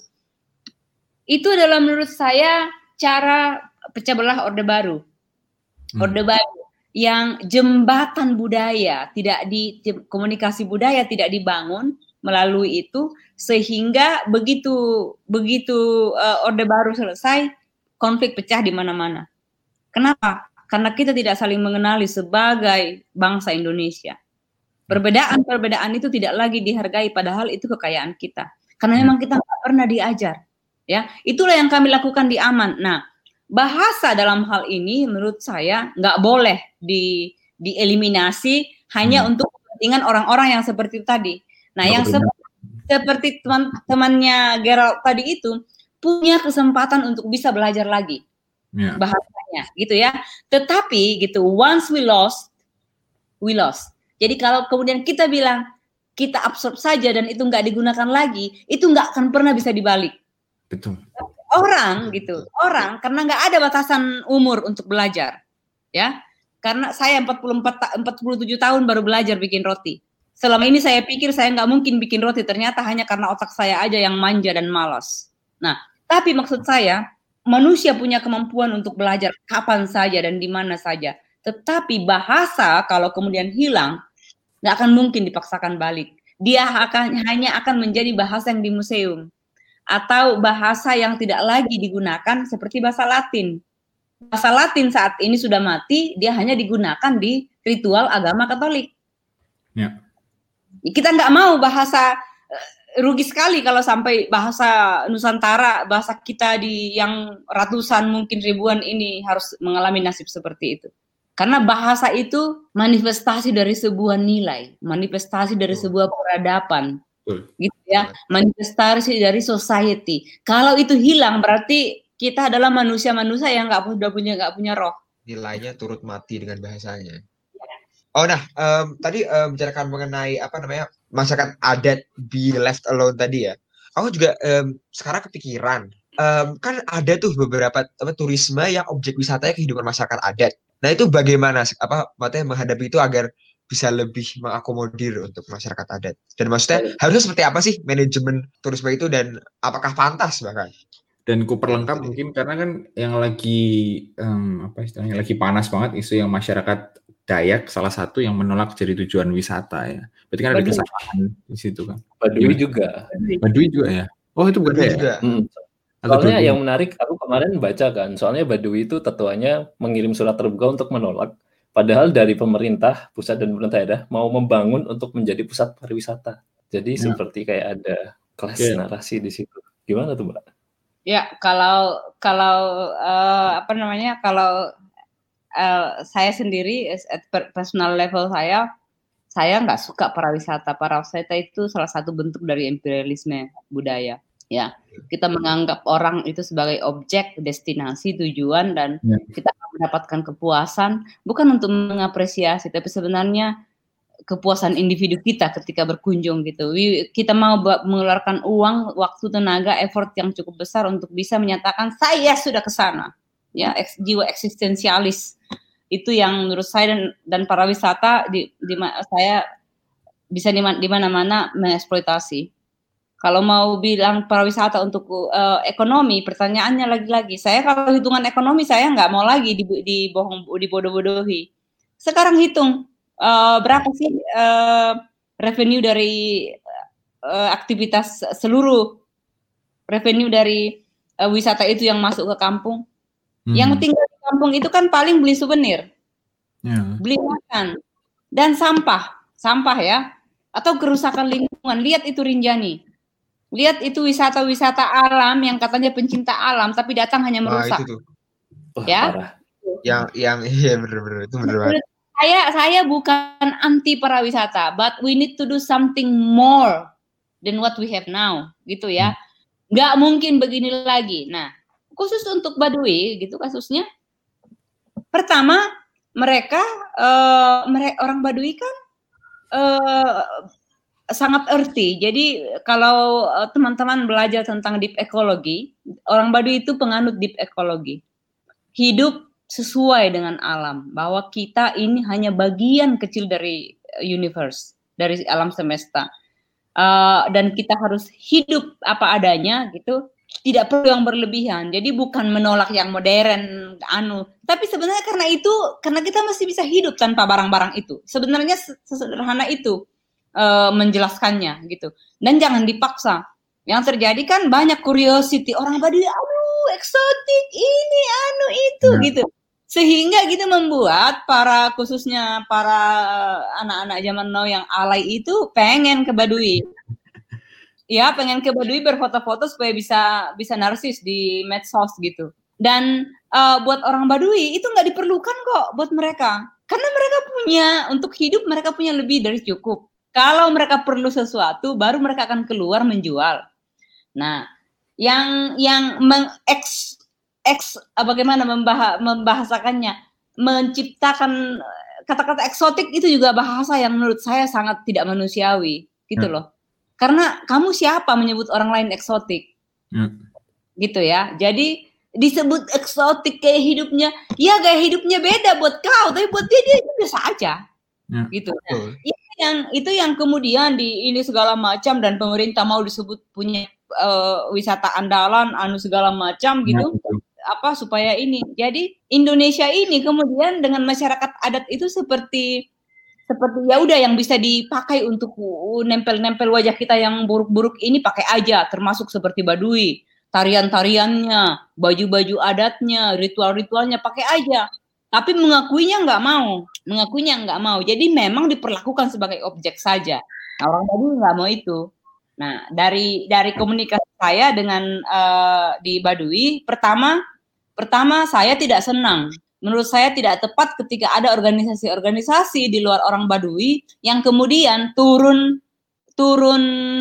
Itu adalah menurut saya cara pecah belah Orde Baru. Hmm. Orde Baru yang jembatan budaya tidak di komunikasi budaya tidak dibangun melalui itu sehingga begitu begitu uh, Orde Baru selesai konflik pecah di mana-mana. Kenapa? Karena kita tidak saling mengenali sebagai bangsa Indonesia. Perbedaan-perbedaan itu tidak lagi dihargai padahal itu kekayaan kita. Karena memang kita nggak pernah diajar. Ya, itulah yang kami lakukan di Aman. Nah, bahasa dalam hal ini menurut saya nggak boleh di dieliminasi hanya hmm. untuk kepentingan orang-orang yang seperti itu tadi. Nah, yang seperti, seperti teman-temannya Gerald tadi itu punya kesempatan untuk bisa belajar lagi yeah. bahasanya, gitu ya. Tetapi gitu, once we lost, we lost. Jadi kalau kemudian kita bilang kita absorb saja dan itu nggak digunakan lagi, itu nggak akan pernah bisa dibalik. Betul. Orang gitu, orang karena nggak ada batasan umur untuk belajar, ya. Karena saya empat puluh empat, empat puluh tujuh tahun baru belajar bikin roti. Selama ini saya pikir saya nggak mungkin bikin roti, ternyata hanya karena otak saya aja yang manja dan malas. Nah, tapi maksud saya manusia punya kemampuan untuk belajar kapan saja dan di mana saja. Tetapi bahasa kalau kemudian hilang, nggak akan mungkin dipaksakan balik. Dia akan hanya akan menjadi bahasa yang di museum. Atau bahasa yang tidak lagi digunakan seperti bahasa Latin. Bahasa Latin saat ini sudah mati, dia hanya digunakan di ritual agama Katolik. Ya. Kita nggak mau bahasa, rugi sekali kalau sampai bahasa Nusantara, bahasa kita di yang ratusan mungkin ribuan ini harus mengalami nasib seperti itu. Karena bahasa itu manifestasi dari sebuah nilai, manifestasi dari sebuah peradaban. Gitu ya, manifestasi dari society. Kalau itu hilang berarti kita adalah manusia-manusia yang nggak udah punya nggak punya roh. Nilainya turut mati dengan bahasanya. Oh nah, um, tadi um, bicarakan mengenai apa namanya masyarakat adat be left alone tadi ya. Aku juga um, sekarang kepikiran, um, kan ada tuh beberapa apa, turisme yang objek wisatanya kehidupan masyarakat adat. Nah itu bagaimana apa maksudnya menghadapi itu agar bisa lebih mengakomodir untuk masyarakat adat. Dan maksudnya harusnya seperti apa sih manajemen turisme itu dan apakah pantas bahkan? Dan ku perlengkap mungkin karena kan yang lagi um, apa istilahnya lagi panas banget isu yang masyarakat Dayak salah satu yang menolak jadi tujuan wisata ya. Berarti kan ada kesamaan di situ kan. Baduy juga. Baduy juga ya. Oh itu bukan Baduy juga. Hmm. Atau Soalnya dua-duanya? yang menarik, aku kemarin baca kan, soalnya Baduy itu tetuanya mengirim surat terbuka untuk menolak, padahal dari pemerintah pusat dan pemerintah daerah mau membangun untuk menjadi pusat pariwisata. Jadi Ya. seperti kayak ada kelas Ya. narasi di situ. Gimana tuh, Mbak? Ya, kalau kalau uh, apa namanya? Kalau uh, saya sendiri at personal level saya, saya nggak suka pariwisata. Pariwisata itu salah satu bentuk dari imperialisme budaya. Ya, kita menganggap orang itu sebagai objek, destinasi, tujuan, dan Ya. kita akan mendapatkan kepuasan bukan untuk mengapresiasi, tapi sebenarnya kepuasan individu kita ketika berkunjung gitu. Kita mau mengeluarkan uang, waktu, tenaga, effort yang cukup besar untuk bisa menyatakan saya sudah ke sana. Ya, jiwa eksistensialis itu yang menurut saya dan, dan pariwisata di, di saya bisa di mana-mana mengeksploitasi. Kalau mau bilang pariwisata untuk uh, ekonomi, pertanyaannya lagi-lagi, saya kalau hitungan ekonomi saya nggak mau lagi dibohong, dibodoh-bodohi. Sekarang hitung uh, berapa sih uh, revenue dari uh, aktivitas seluruh revenue dari uh, wisata itu yang masuk ke kampung. Hmm. Yang tinggal di kampung itu kan paling beli souvenir, yeah. beli makan, dan sampah, sampah ya, atau kerusakan lingkungan. Lihat itu Rinjani. Lihat itu wisata-wisata alam yang katanya pencinta alam tapi datang hanya merusak. Nah, itu tuh. Oh, ya. Parah. Yang yang iya benar-benar itu benar banget. Saya saya bukan anti pariwisata, but we need to do something more than what we have now, gitu ya. Nggak mungkin begini lagi. Nah, khusus untuk Baduy gitu kasusnya. Pertama, mereka uh, mereka orang Baduy kan uh, sangat earthy. Jadi kalau teman-teman belajar tentang deep ekologi, orang Baduy itu penganut deep ekologi. Hidup sesuai dengan alam, bahwa kita ini hanya bagian kecil dari universe, dari alam semesta. Uh, dan kita harus hidup apa adanya gitu, tidak perlu yang berlebihan. Jadi bukan menolak yang modern anu, tapi sebenarnya karena itu karena kita masih bisa hidup tanpa barang-barang itu. Sebenarnya sesederhana itu. Uh, menjelaskannya gitu, dan jangan dipaksa. Yang terjadi kan banyak curiosity orang Baduy, aduh eksotik ini anu itu hmm. gitu, sehingga gitu membuat para khususnya para anak-anak zaman now yang alay itu pengen ke Baduy, ya pengen ke Baduy berfoto-foto supaya bisa bisa narsis di medsos gitu. Dan uh, buat orang Baduy itu nggak diperlukan kok buat mereka, karena mereka punya untuk hidup mereka punya lebih dari cukup. Kalau mereka perlu sesuatu, baru mereka akan keluar menjual. Nah, yang yang mengeks eks bagaimana membah, membahasakannya, menciptakan kata-kata eksotik itu juga bahasa yang menurut saya sangat tidak manusiawi, gitu hmm. loh. Karena kamu siapa menyebut orang lain eksotik, hmm. gitu ya. Jadi disebut eksotik kayak hidupnya, ya gaya hidupnya beda buat kau, tapi buat dia dia biasa aja, hmm. gitu. Nah, yang itu yang kemudian di ini segala macam dan pemerintah mau disebut punya uh, wisata andalan anu segala macam gitu ya, apa supaya ini. Jadi Indonesia ini kemudian dengan masyarakat adat itu seperti seperti ya udah yang bisa dipakai untuk nempel-nempel wajah kita yang buruk-buruk ini pakai aja, termasuk seperti Baduy, tarian-tariannya, baju-baju adatnya, ritual-ritualnya pakai aja. Tapi mengakuinya nggak mau, mengakuinya nggak mau. Jadi memang diperlakukan sebagai objek saja. Nah, orang Baduy nggak mau itu. Nah, dari dari komunikasi saya dengan uh, di Baduy, pertama, pertama saya tidak senang. Menurut saya tidak tepat ketika ada organisasi-organisasi di luar orang Baduy yang kemudian turun, turun,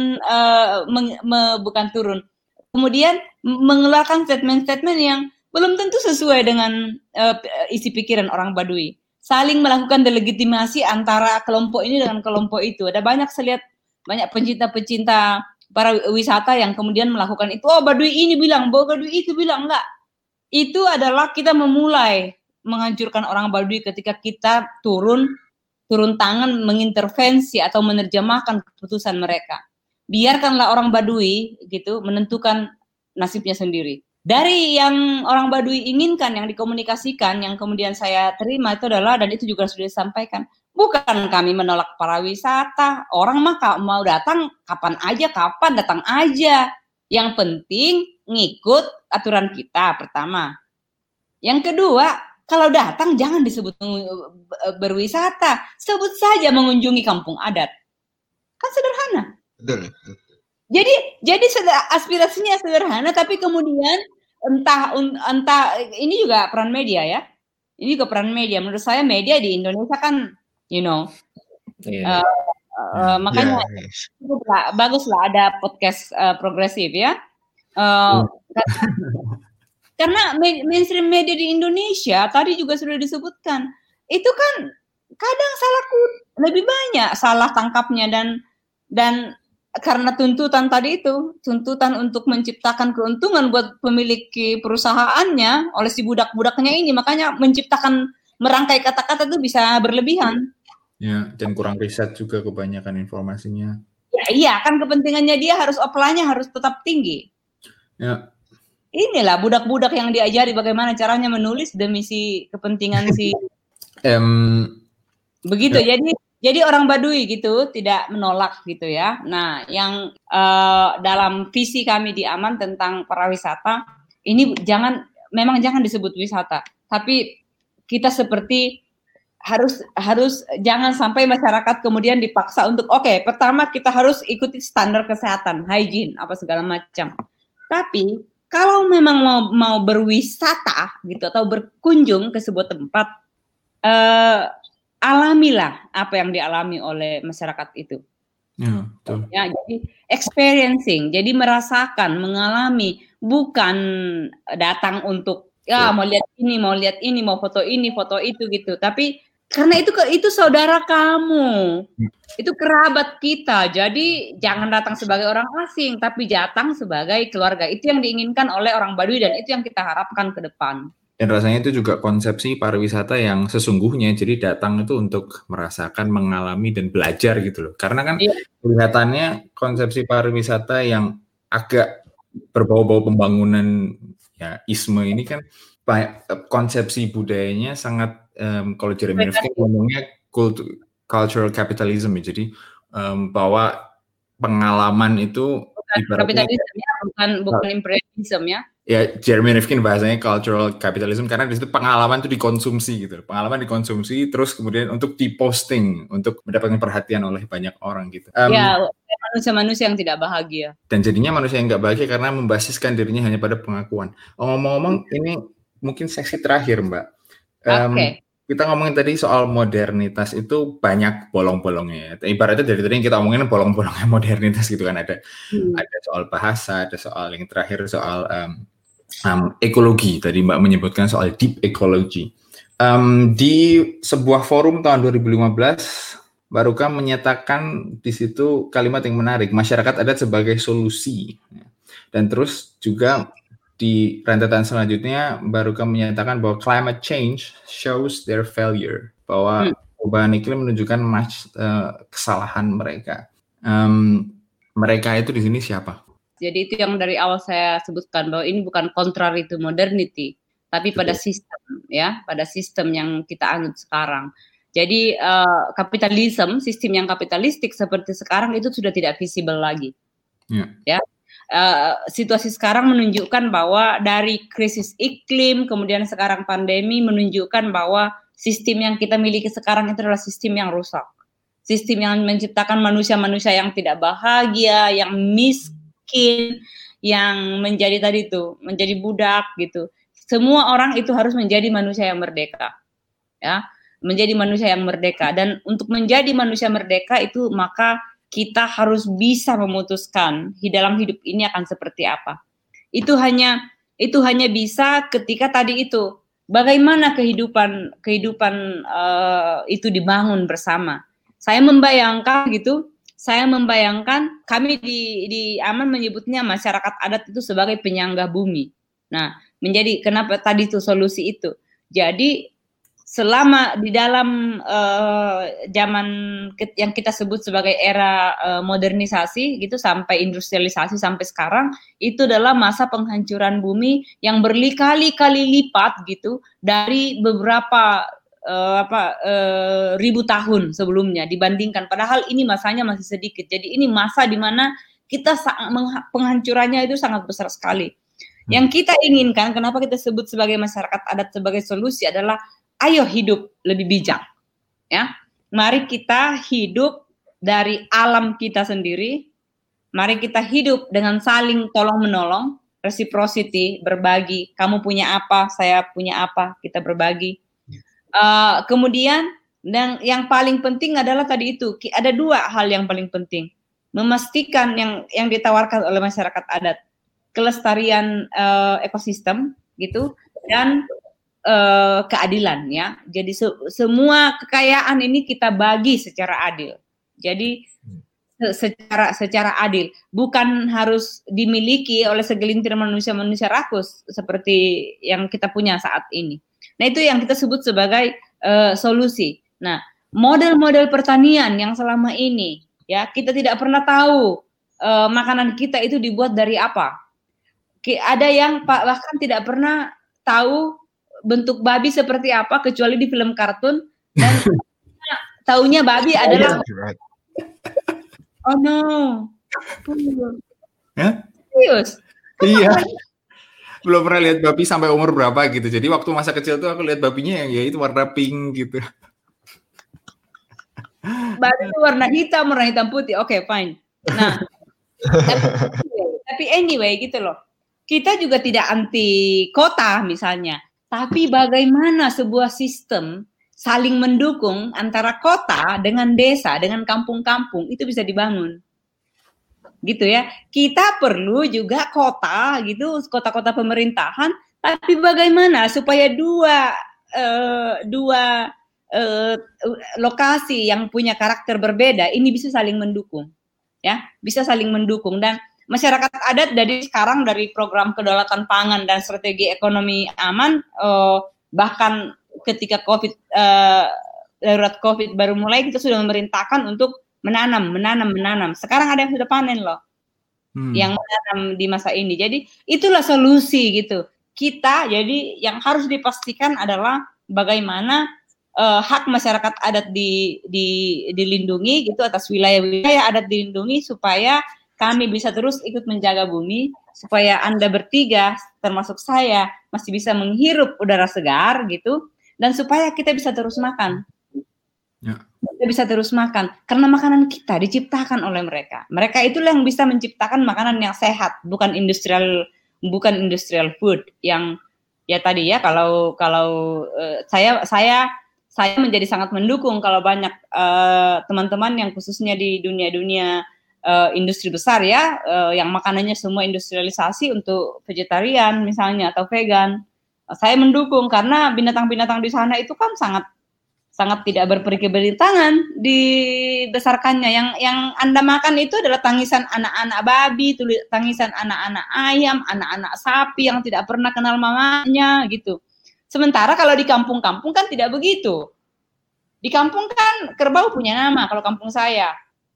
uh, meng, me, bukan turun, kemudian mengeluarkan statement-statement yang belum tentu sesuai dengan uh, isi pikiran orang Baduy. Saling melakukan delegitimasi antara kelompok ini dengan kelompok itu. Ada banyak saya lihat banyak pencinta-pencinta para wisata yang kemudian melakukan itu. Oh Baduy ini bilang, Baduy itu bilang, enggak. Itu adalah kita memulai menghancurkan orang Baduy ketika kita turun turun tangan mengintervensi atau menerjemahkan keputusan mereka. Biarkanlah orang Baduy gitu menentukan nasibnya sendiri. Dari yang orang Baduy inginkan, yang dikomunikasikan, yang kemudian saya terima itu adalah, dan itu juga sudah disampaikan, bukan kami menolak para wisata. Orang mah mau datang kapan aja, kapan datang aja. Yang penting ngikut aturan kita pertama. Yang kedua, kalau datang jangan disebut berwisata, sebut saja mengunjungi kampung adat. Kan sederhana. Betul. Jadi jadi aspirasinya sederhana, tapi kemudian entah entah ini juga peran media ya. Ini juga peran media. Menurut saya media di Indonesia kan, you know, yeah. uh, uh, makanya yeah. baguslah ada podcast uh, progresif ya. Uh, yeah. Karena mainstream media di Indonesia tadi juga sudah disebutkan, itu kan kadang salah lebih banyak salah tangkapnya dan dan karena tuntutan tadi itu, tuntutan untuk menciptakan keuntungan buat pemilik perusahaannya oleh si budak-budaknya ini, makanya menciptakan merangkai kata-kata itu bisa berlebihan. Ya, dan kurang riset juga kebanyakan informasinya. Ya, iya, kan kepentingannya dia harus offline-nya harus tetap tinggi. Ya. Inilah budak-budak yang diajari bagaimana caranya menulis demi si kepentingan si. um, Begitu, ya. jadi jadi orang Baduy gitu tidak menolak gitu ya. Nah, yang uh, dalam visi kami di Aman tentang pariwisata ini jangan memang jangan disebut wisata, tapi kita seperti harus harus jangan sampai masyarakat kemudian dipaksa untuk oke, okay, pertama kita harus ikuti standar kesehatan, hygiene apa segala macam. Tapi kalau memang mau mau berwisata gitu atau berkunjung ke sebuah tempat, uh, alamilah apa yang dialami oleh masyarakat itu. Ya, betul. Ya, jadi experiencing, jadi merasakan, mengalami, bukan datang untuk ya mau lihat ini, mau lihat ini, mau foto ini, foto itu gitu. Tapi karena itu itu saudara kamu, itu kerabat kita. Jadi jangan datang sebagai orang asing, tapi datang sebagai keluarga. Itu yang diinginkan oleh orang Baduy dan itu yang kita harapkan ke depan. Dan rasanya itu juga konsepsi pariwisata yang sesungguhnya, jadi datang itu untuk merasakan, mengalami, dan belajar gitu loh. Karena kan iya. Kelihatannya konsepsi pariwisata yang agak berbau-bau pembangunan ya isme ini kan konsepsi budayanya sangat, um, kalau Jeremy Rifkin ngomongnya cultural capitalism ya, jadi um, bahwa pengalaman itu bukan kapitalisme ya, bukan bukan imperialisme ya. Ya, Jeremy Rifkin bahasanya cultural capitalism karena di situ pengalaman itu dikonsumsi gitu. Pengalaman dikonsumsi terus kemudian untuk diposting, untuk mendapatkan perhatian oleh banyak orang gitu. Um, ya, manusia-manusia yang tidak bahagia. Dan jadinya manusia yang nggak bahagia karena membasiskan dirinya hanya pada pengakuan. Oh, ngomong-ngomong, ini mungkin seksi terakhir, Mbak. Um, Oke. Okay. Kita ngomongin tadi soal modernitas itu banyak bolong-bolongnya. Ibaratnya dari tadi kita ngomongin bolong-bolongnya modernitas gitu kan, ada hmm. ada soal bahasa, ada soal yang terakhir soal um, um, ekologi. Tadi Mbak menyebutkan soal deep ecology. Um, di sebuah forum tahun dua ribu lima belas, Mbak Ruka menyatakan di situ kalimat yang menarik, masyarakat adat sebagai solusi. Dan terus juga di rentetan selanjutnya, Mbak Ruka menyatakan bahwa climate change shows their failure, bahwa perubahan iklim menunjukkan mas, uh, kesalahan mereka. Um, mereka itu di sini siapa? Jadi itu yang dari awal saya sebutkan bahwa ini bukan contrary to modernity, tapi Betul. pada sistem, ya, pada sistem yang kita anut sekarang. Jadi uh, kapitalisme, sistem yang kapitalistik seperti sekarang itu sudah tidak visible lagi, ya. ya. Uh, situasi sekarang menunjukkan bahwa dari krisis iklim, kemudian sekarang pandemi menunjukkan bahwa sistem yang kita miliki sekarang itu adalah sistem yang rusak. Sistem yang menciptakan manusia-manusia yang tidak bahagia, yang miskin, yang menjadi tadi itu, menjadi budak gitu. Semua orang itu harus menjadi manusia yang merdeka. Ya, menjadi manusia yang merdeka. Dan untuk menjadi manusia merdeka itu maka kita harus bisa memutuskan di dalam hidup ini akan seperti apa. Itu hanya itu hanya bisa ketika tadi itu bagaimana kehidupan kehidupan uh, itu dibangun bersama. Saya membayangkan gitu, saya membayangkan kami di di Aman menyebutnya masyarakat adat itu sebagai penyangga bumi. Nah, menjadi kenapa tadi itu solusi itu. Jadi selama di dalam uh, zaman ke, yang kita sebut sebagai era uh, modernisasi gitu sampai industrialisasi sampai sekarang itu adalah masa penghancuran bumi yang berkali-kali lipat gitu dari beberapa uh, apa uh, ribu tahun sebelumnya dibandingkan, padahal ini masanya masih sedikit. Jadi ini masa di mana kita penghancurannya itu sangat besar sekali. Yang kita inginkan, kenapa kita sebut sebagai masyarakat adat sebagai solusi adalah ayo hidup lebih bijak. Ya, mari kita hidup dari alam kita sendiri. Mari kita hidup dengan saling tolong menolong, reciprocity, berbagi. Kamu punya apa, saya punya apa, kita berbagi. Uh, kemudian dan yang paling penting adalah tadi itu ada dua hal yang paling penting, memastikan yang yang ditawarkan oleh masyarakat adat, kelestarian uh, ekosistem gitu dan uh, keadilan ya. Jadi se- semua kekayaan ini kita bagi secara adil. Jadi se- secara secara adil, bukan harus dimiliki oleh segelintir manusia-manusia rakus seperti yang kita punya saat ini. Nah, itu yang kita sebut sebagai uh, solusi. Nah, model-model pertanian yang selama ini ya kita tidak pernah tahu uh, makanan kita itu dibuat dari apa. Ada yang bahkan tidak pernah tahu bentuk babi seperti apa kecuali di film kartun dan taunya babi adalah oh no. Ya? Serius? Iya. Belum pernah lihat babi sampai umur berapa gitu. Jadi waktu masa kecil tuh aku lihat babinya yang ya itu warna pink gitu. Babi itu warna hitam, warna hitam putih. Oke, okay, fine. Nah, tapi, tapi anyway gitu loh. Kita juga tidak anti kota misalnya, tapi bagaimana sebuah sistem saling mendukung antara kota dengan desa, dengan kampung-kampung itu bisa dibangun. Gitu ya. Kita perlu juga kota gitu, kota-kota pemerintahan, tapi bagaimana supaya dua uh, dua uh, lokasi yang punya karakter berbeda ini bisa saling mendukung. Ya, bisa saling mendukung dan masyarakat adat dari sekarang dari program kedaulatan pangan dan strategi ekonomi aman uh, bahkan ketika COVID uh, darurat COVID baru mulai kita sudah memerintahkan untuk menanam, menanam, menanam. Sekarang ada yang sudah panen loh, hmm. yang menanam di masa ini. Jadi itulah solusi gitu. Kita jadi yang harus dipastikan adalah bagaimana uh, hak masyarakat adat di, di, dilindungi gitu atas wilayah-wilayah adat dilindungi supaya kami bisa terus ikut menjaga bumi, supaya Anda bertiga, termasuk saya, masih bisa menghirup udara segar, gitu, dan supaya kita bisa terus makan. Ya. Kita bisa terus makan, karena makanan kita diciptakan oleh mereka. Mereka itulah yang bisa menciptakan makanan yang sehat, bukan industrial, bukan industrial food yang ya tadi ya kalau kalau uh, saya saya saya menjadi sangat mendukung kalau banyak uh, teman-teman yang khususnya di dunia-dunia Uh, industri besar ya, uh, yang makanannya semua industrialisasi untuk vegetarian misalnya atau vegan, uh, saya mendukung karena binatang-binatang di sana itu kan sangat sangat tidak berperikebelintangan dibesarkannya. Yang yang Anda makan itu adalah tangisan anak-anak babi, tangisan anak-anak ayam, anak-anak sapi yang tidak pernah kenal mamanya gitu. Sementara kalau di kampung-kampung kan tidak begitu. Di kampung kan kerbau punya nama kalau kampung saya.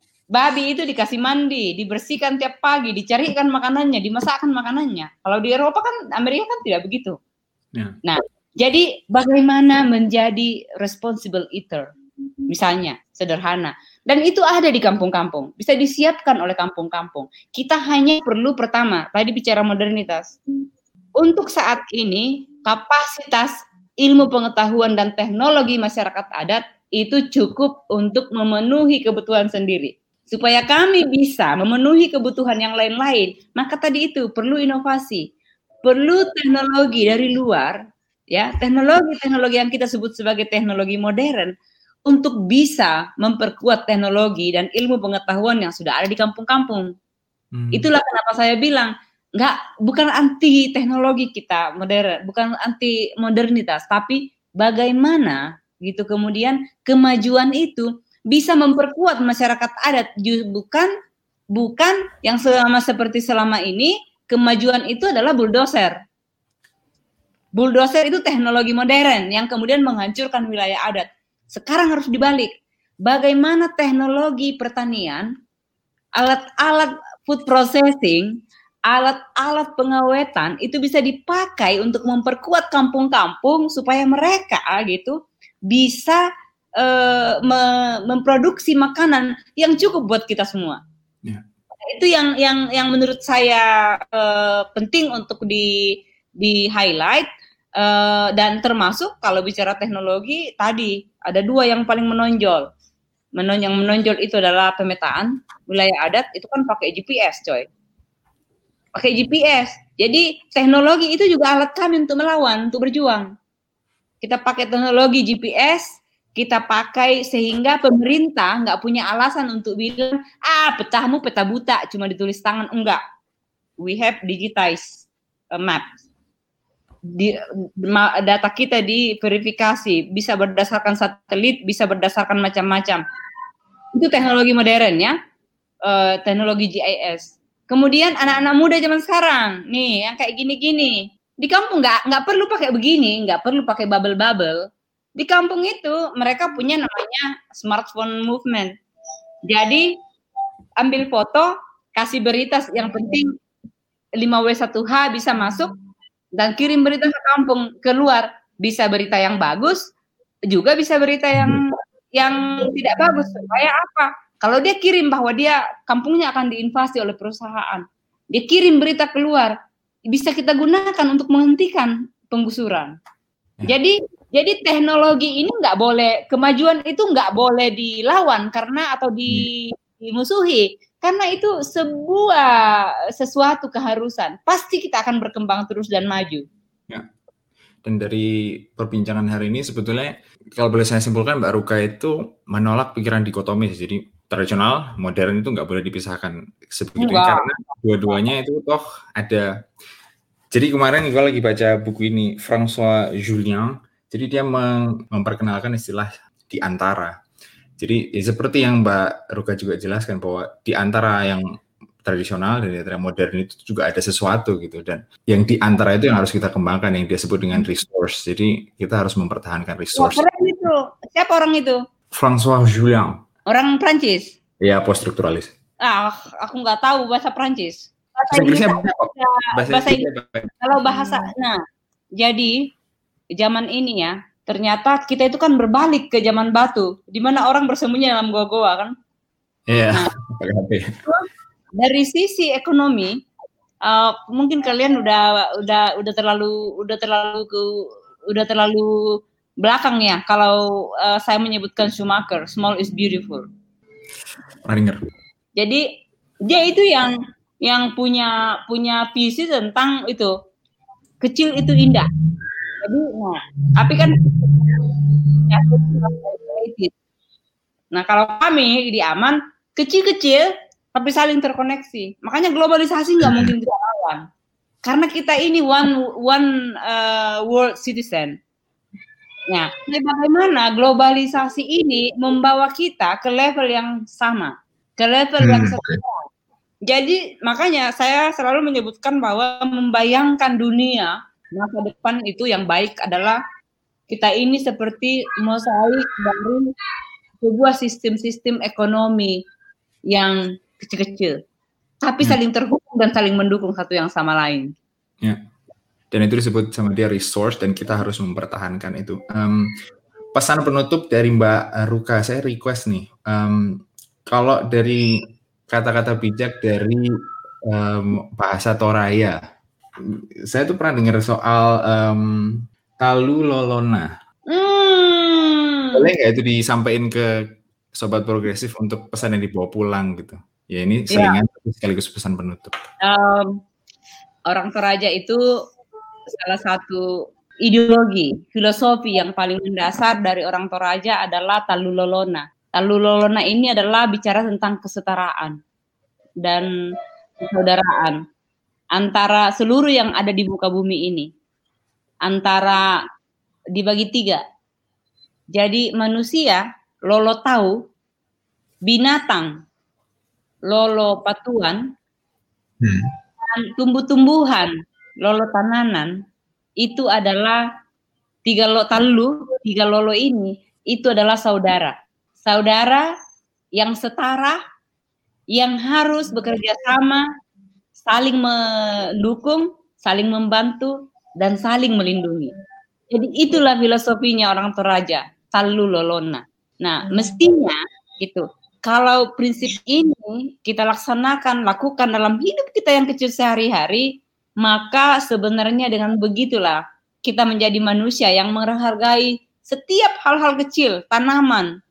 Babi itu dikasih mandi, dibersihkan tiap pagi, dicarikan makanannya, dimasakkan makanannya. Kalau di Eropa kan, Amerika kan tidak begitu. Ya. Nah, jadi bagaimana menjadi responsible eater? Misalnya, sederhana. Dan itu ada di kampung-kampung, bisa disiapkan oleh kampung-kampung. Kita hanya perlu pertama, tadi bicara modernitas. Untuk saat ini, kapasitas ilmu pengetahuan dan teknologi masyarakat adat itu cukup untuk memenuhi kebutuhan sendiri. Supaya kami bisa memenuhi kebutuhan yang lain-lain, maka tadi itu perlu inovasi, perlu teknologi dari luar, ya teknologi-teknologi yang kita sebut sebagai teknologi modern untuk bisa memperkuat teknologi dan ilmu pengetahuan yang sudah ada di kampung-kampung. Hmm. Itulah kenapa saya bilang nggak bukan anti teknologi kita modern, bukan anti modernitas, tapi bagaimana gitu kemudian kemajuan itu bisa memperkuat masyarakat adat, bukan bukan yang selama seperti selama ini kemajuan itu adalah bulldozer. Bulldozer itu teknologi modern yang kemudian menghancurkan wilayah adat. Sekarang harus dibalik. Bagaimana teknologi pertanian, alat-alat food processing, alat-alat pengawetan itu bisa dipakai untuk memperkuat kampung-kampung supaya mereka gitu bisa Uh, me- memproduksi makanan yang cukup buat kita semua. Yeah. itu yang yang yang menurut saya uh, penting untuk di di highlight uh, dan termasuk kalau bicara teknologi tadi ada dua yang paling menonjol. Menon yang menonjol itu adalah pemetaan wilayah adat, itu kan pakai G P S, coy. Pakai G P S. Jadi teknologi itu juga alat kami untuk melawan, untuk berjuang. Kita pakai teknologi G P S, kita pakai sehingga pemerintah nggak punya alasan untuk bilang, ah petahmu peta buta, cuma ditulis tangan. Enggak. We have digitized uh, map. Di, data kita diverifikasi, bisa berdasarkan satelit, bisa berdasarkan macam-macam. Itu teknologi modern ya, uh, teknologi G I S. Kemudian anak-anak muda zaman sekarang, nih yang kayak gini-gini, di kampung nggak nggak perlu pakai begini, nggak perlu pakai bubble-bubble. Di kampung itu mereka punya namanya smartphone movement. Jadi ambil foto, kasih berita yang penting lima W satu H bisa masuk dan kirim berita ke kampung, keluar bisa berita yang bagus, juga bisa berita yang yang tidak bagus. Supaya apa? Kalau dia kirim bahwa dia kampungnya akan diinvasi oleh perusahaan, dia kirim berita keluar, bisa kita gunakan untuk menghentikan penggusuran. Jadi Jadi teknologi ini nggak boleh, kemajuan itu nggak boleh dilawan karena atau di, dimusuhi, karena itu sebuah sesuatu keharusan. Pasti kita akan berkembang terus dan maju. Ya. Dan dari perbincangan hari ini sebetulnya kalau boleh saya simpulkan, Mbak Ruka itu menolak pikiran dikotomis. Jadi tradisional, modern itu nggak boleh dipisahkan sebegitu karena dua-duanya itu toh ada. Jadi kemarin kalau lagi baca buku ini François Julien. Jadi dia mem- memperkenalkan istilah di antara. Jadi ya seperti yang Mbak Ruka juga jelaskan bahwa di antara yang tradisional dan di antara modern itu juga ada sesuatu gitu, dan yang di antara itu yang harus kita kembangkan yang dia sebut dengan resource. Jadi kita harus mempertahankan resource. Siapa orang itu? Siapa orang itu? François Julien. Orang Prancis. Ya, poststrukturalis. Ah, aku nggak tahu bahasa Prancis. Bahasa Inggrisnya bahasa, bahasa, bahasa Inggris. Kalau bahasa, nah, jadi zaman ini ya, ternyata kita itu kan berbalik ke zaman batu, di mana orang bersembunyi dalam goa-goa kan. Iya. Nah, dari sisi ekonomi, uh, mungkin kalian udah udah udah terlalu udah terlalu udah terlalu belakang ya. Kalau uh, saya menyebutkan Schumacher, small is beautiful. Maringer. Jadi dia itu yang yang punya punya visi tentang itu, kecil itu indah. Jadi, nah, tapi kan nah kalau kami di Aman kecil-kecil tapi saling terkoneksi. Makanya globalisasi nggak mungkin kita lawan karena kita ini one one uh, world citizen. Nah, bagaimana globalisasi ini membawa kita ke level yang sama, ke level hmm. yang setara. Jadi makanya saya selalu menyebutkan bahwa membayangkan dunia masa depan itu yang baik adalah kita ini seperti mosaik dari sebuah sistem-sistem ekonomi yang kecil-kecil, tapi hmm. saling terhubung dan saling mendukung satu yang sama lain. Ya, dan itu disebut sama dia resource dan kita harus mempertahankan itu. Um, pesan penutup dari Mbak Ruka, saya request nih, um, kalau dari kata-kata bijak dari um, bahasa Toraya. Saya tuh pernah dengar soal um, talu lolona. Hmm. Boleh nggak itu disampaikan ke sobat progresif untuk pesan yang dibawa pulang gitu? Ya ini selingan ya. Sekaligus pesan penutup. Um, orang Toraja itu salah satu ideologi, filosofi yang paling mendasar dari orang Toraja adalah talu lolona. Talu lolona ini adalah bicara tentang kesetaraan dan persaudaraan antara seluruh yang ada di muka bumi ini, antara dibagi tiga. Jadi manusia, lolo tahu, binatang, lolo patuan, hmm. dan tumbuh-tumbuhan, lolo tananan, itu adalah tiga lo talu, tiga lolo ini, itu adalah saudara. Saudara yang setara, yang harus bekerja sama, saling mendukung, saling membantu, dan saling melindungi. Jadi itulah filosofinya orang Toraja, talu lolona. Nah, mestinya gitu. kalau prinsip ini kita laksanakan, lakukan dalam hidup kita yang kecil sehari-hari, maka sebenarnya dengan begitulah kita menjadi manusia yang menghargai setiap hal-hal kecil, tanaman,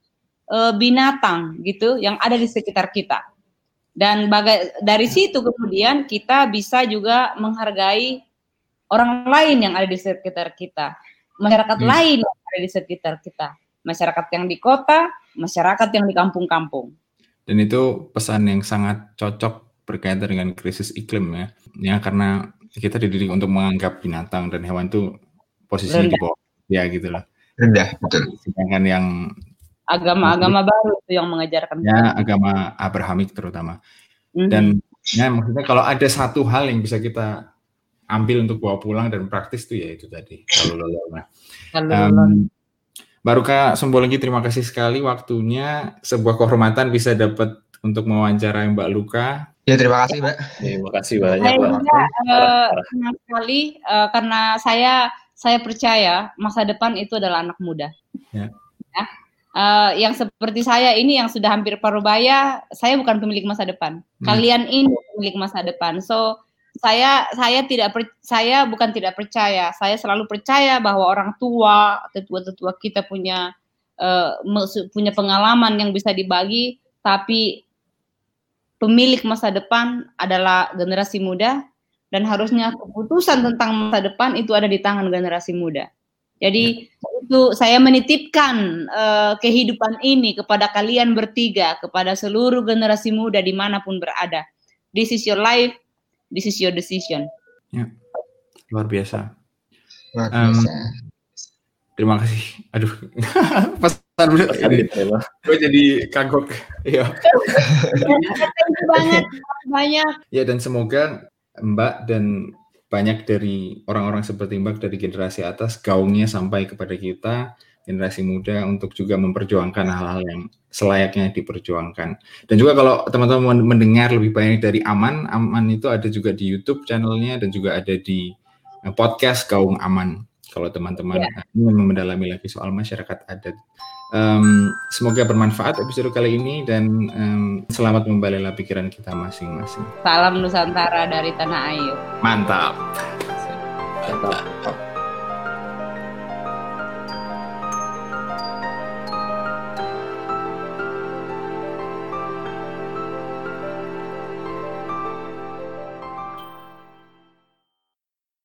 binatang gitu yang ada di sekitar kita. Dan baga- dari situ kemudian kita bisa juga menghargai orang lain yang ada di sekitar kita, masyarakat hmm. lain yang ada di sekitar kita, masyarakat yang di kota, masyarakat yang di kampung-kampung. Dan itu pesan yang sangat cocok berkaitan dengan krisis iklim ya. Ya karena kita dididik untuk menganggap binatang dan hewan itu posisinya rendah. Di bawah ya gitu loh. Rendah, betul. Sedangkan yang agama-agama baru itu yang mengajarkan ya, kita. Agama Abrahamik terutama. Mm-hmm. Dan ya maksudnya kalau ada satu hal yang bisa kita ambil untuk bawa pulang dan praktis tuh ya itu tadi. Kalau lolona. Um, Baru Kak Sombolengki, terima kasih sekali waktunya. Sebuah kehormatan bisa dapat untuk mewawancarai Mbak Luka. Ya terima kasih Mbak. Terima kasih banyak Mbak. Uh, senang sekali uh, karena saya saya percaya masa depan itu adalah anak muda. Ya. Ya. Uh, yang seperti saya ini yang sudah hampir parubaya, saya bukan pemilik masa depan. Kalian hmm. ini pemilik masa depan. So saya saya tidak per, saya bukan tidak percaya, saya selalu percaya bahwa orang tua, tetua-tetua kita punya uh, punya pengalaman yang bisa dibagi, tapi pemilik masa depan adalah generasi muda dan harusnya keputusan tentang masa depan itu ada di tangan generasi muda. Jadi itu saya menitipkan uh, kehidupan ini kepada kalian bertiga, kepada seluruh generasi muda dimanapun berada. This is your life. This is your decision. Ya, luar biasa. Luar biasa. Um, terima kasih. Aduh, pesan udah. Gue jadi kagok. Iya. banyak, banyak. Ya dan semoga Mbak dan banyak dari orang-orang seperti Mbak dari generasi atas gaungnya sampai kepada kita generasi muda untuk juga memperjuangkan hal-hal yang selayaknya diperjuangkan. Dan juga kalau teman-teman mendengar lebih banyak dari Aman, Aman itu ada juga di YouTube channelnya dan juga ada di podcast Gaung Aman. Kalau teman-teman ya. ingin mendalami lagi soal masyarakat adat. Um, semoga bermanfaat episode kali ini dan um, selamat membalela pikiran kita masing-masing. Salam Nusantara dari Tanah Air. Mantap. Mantap.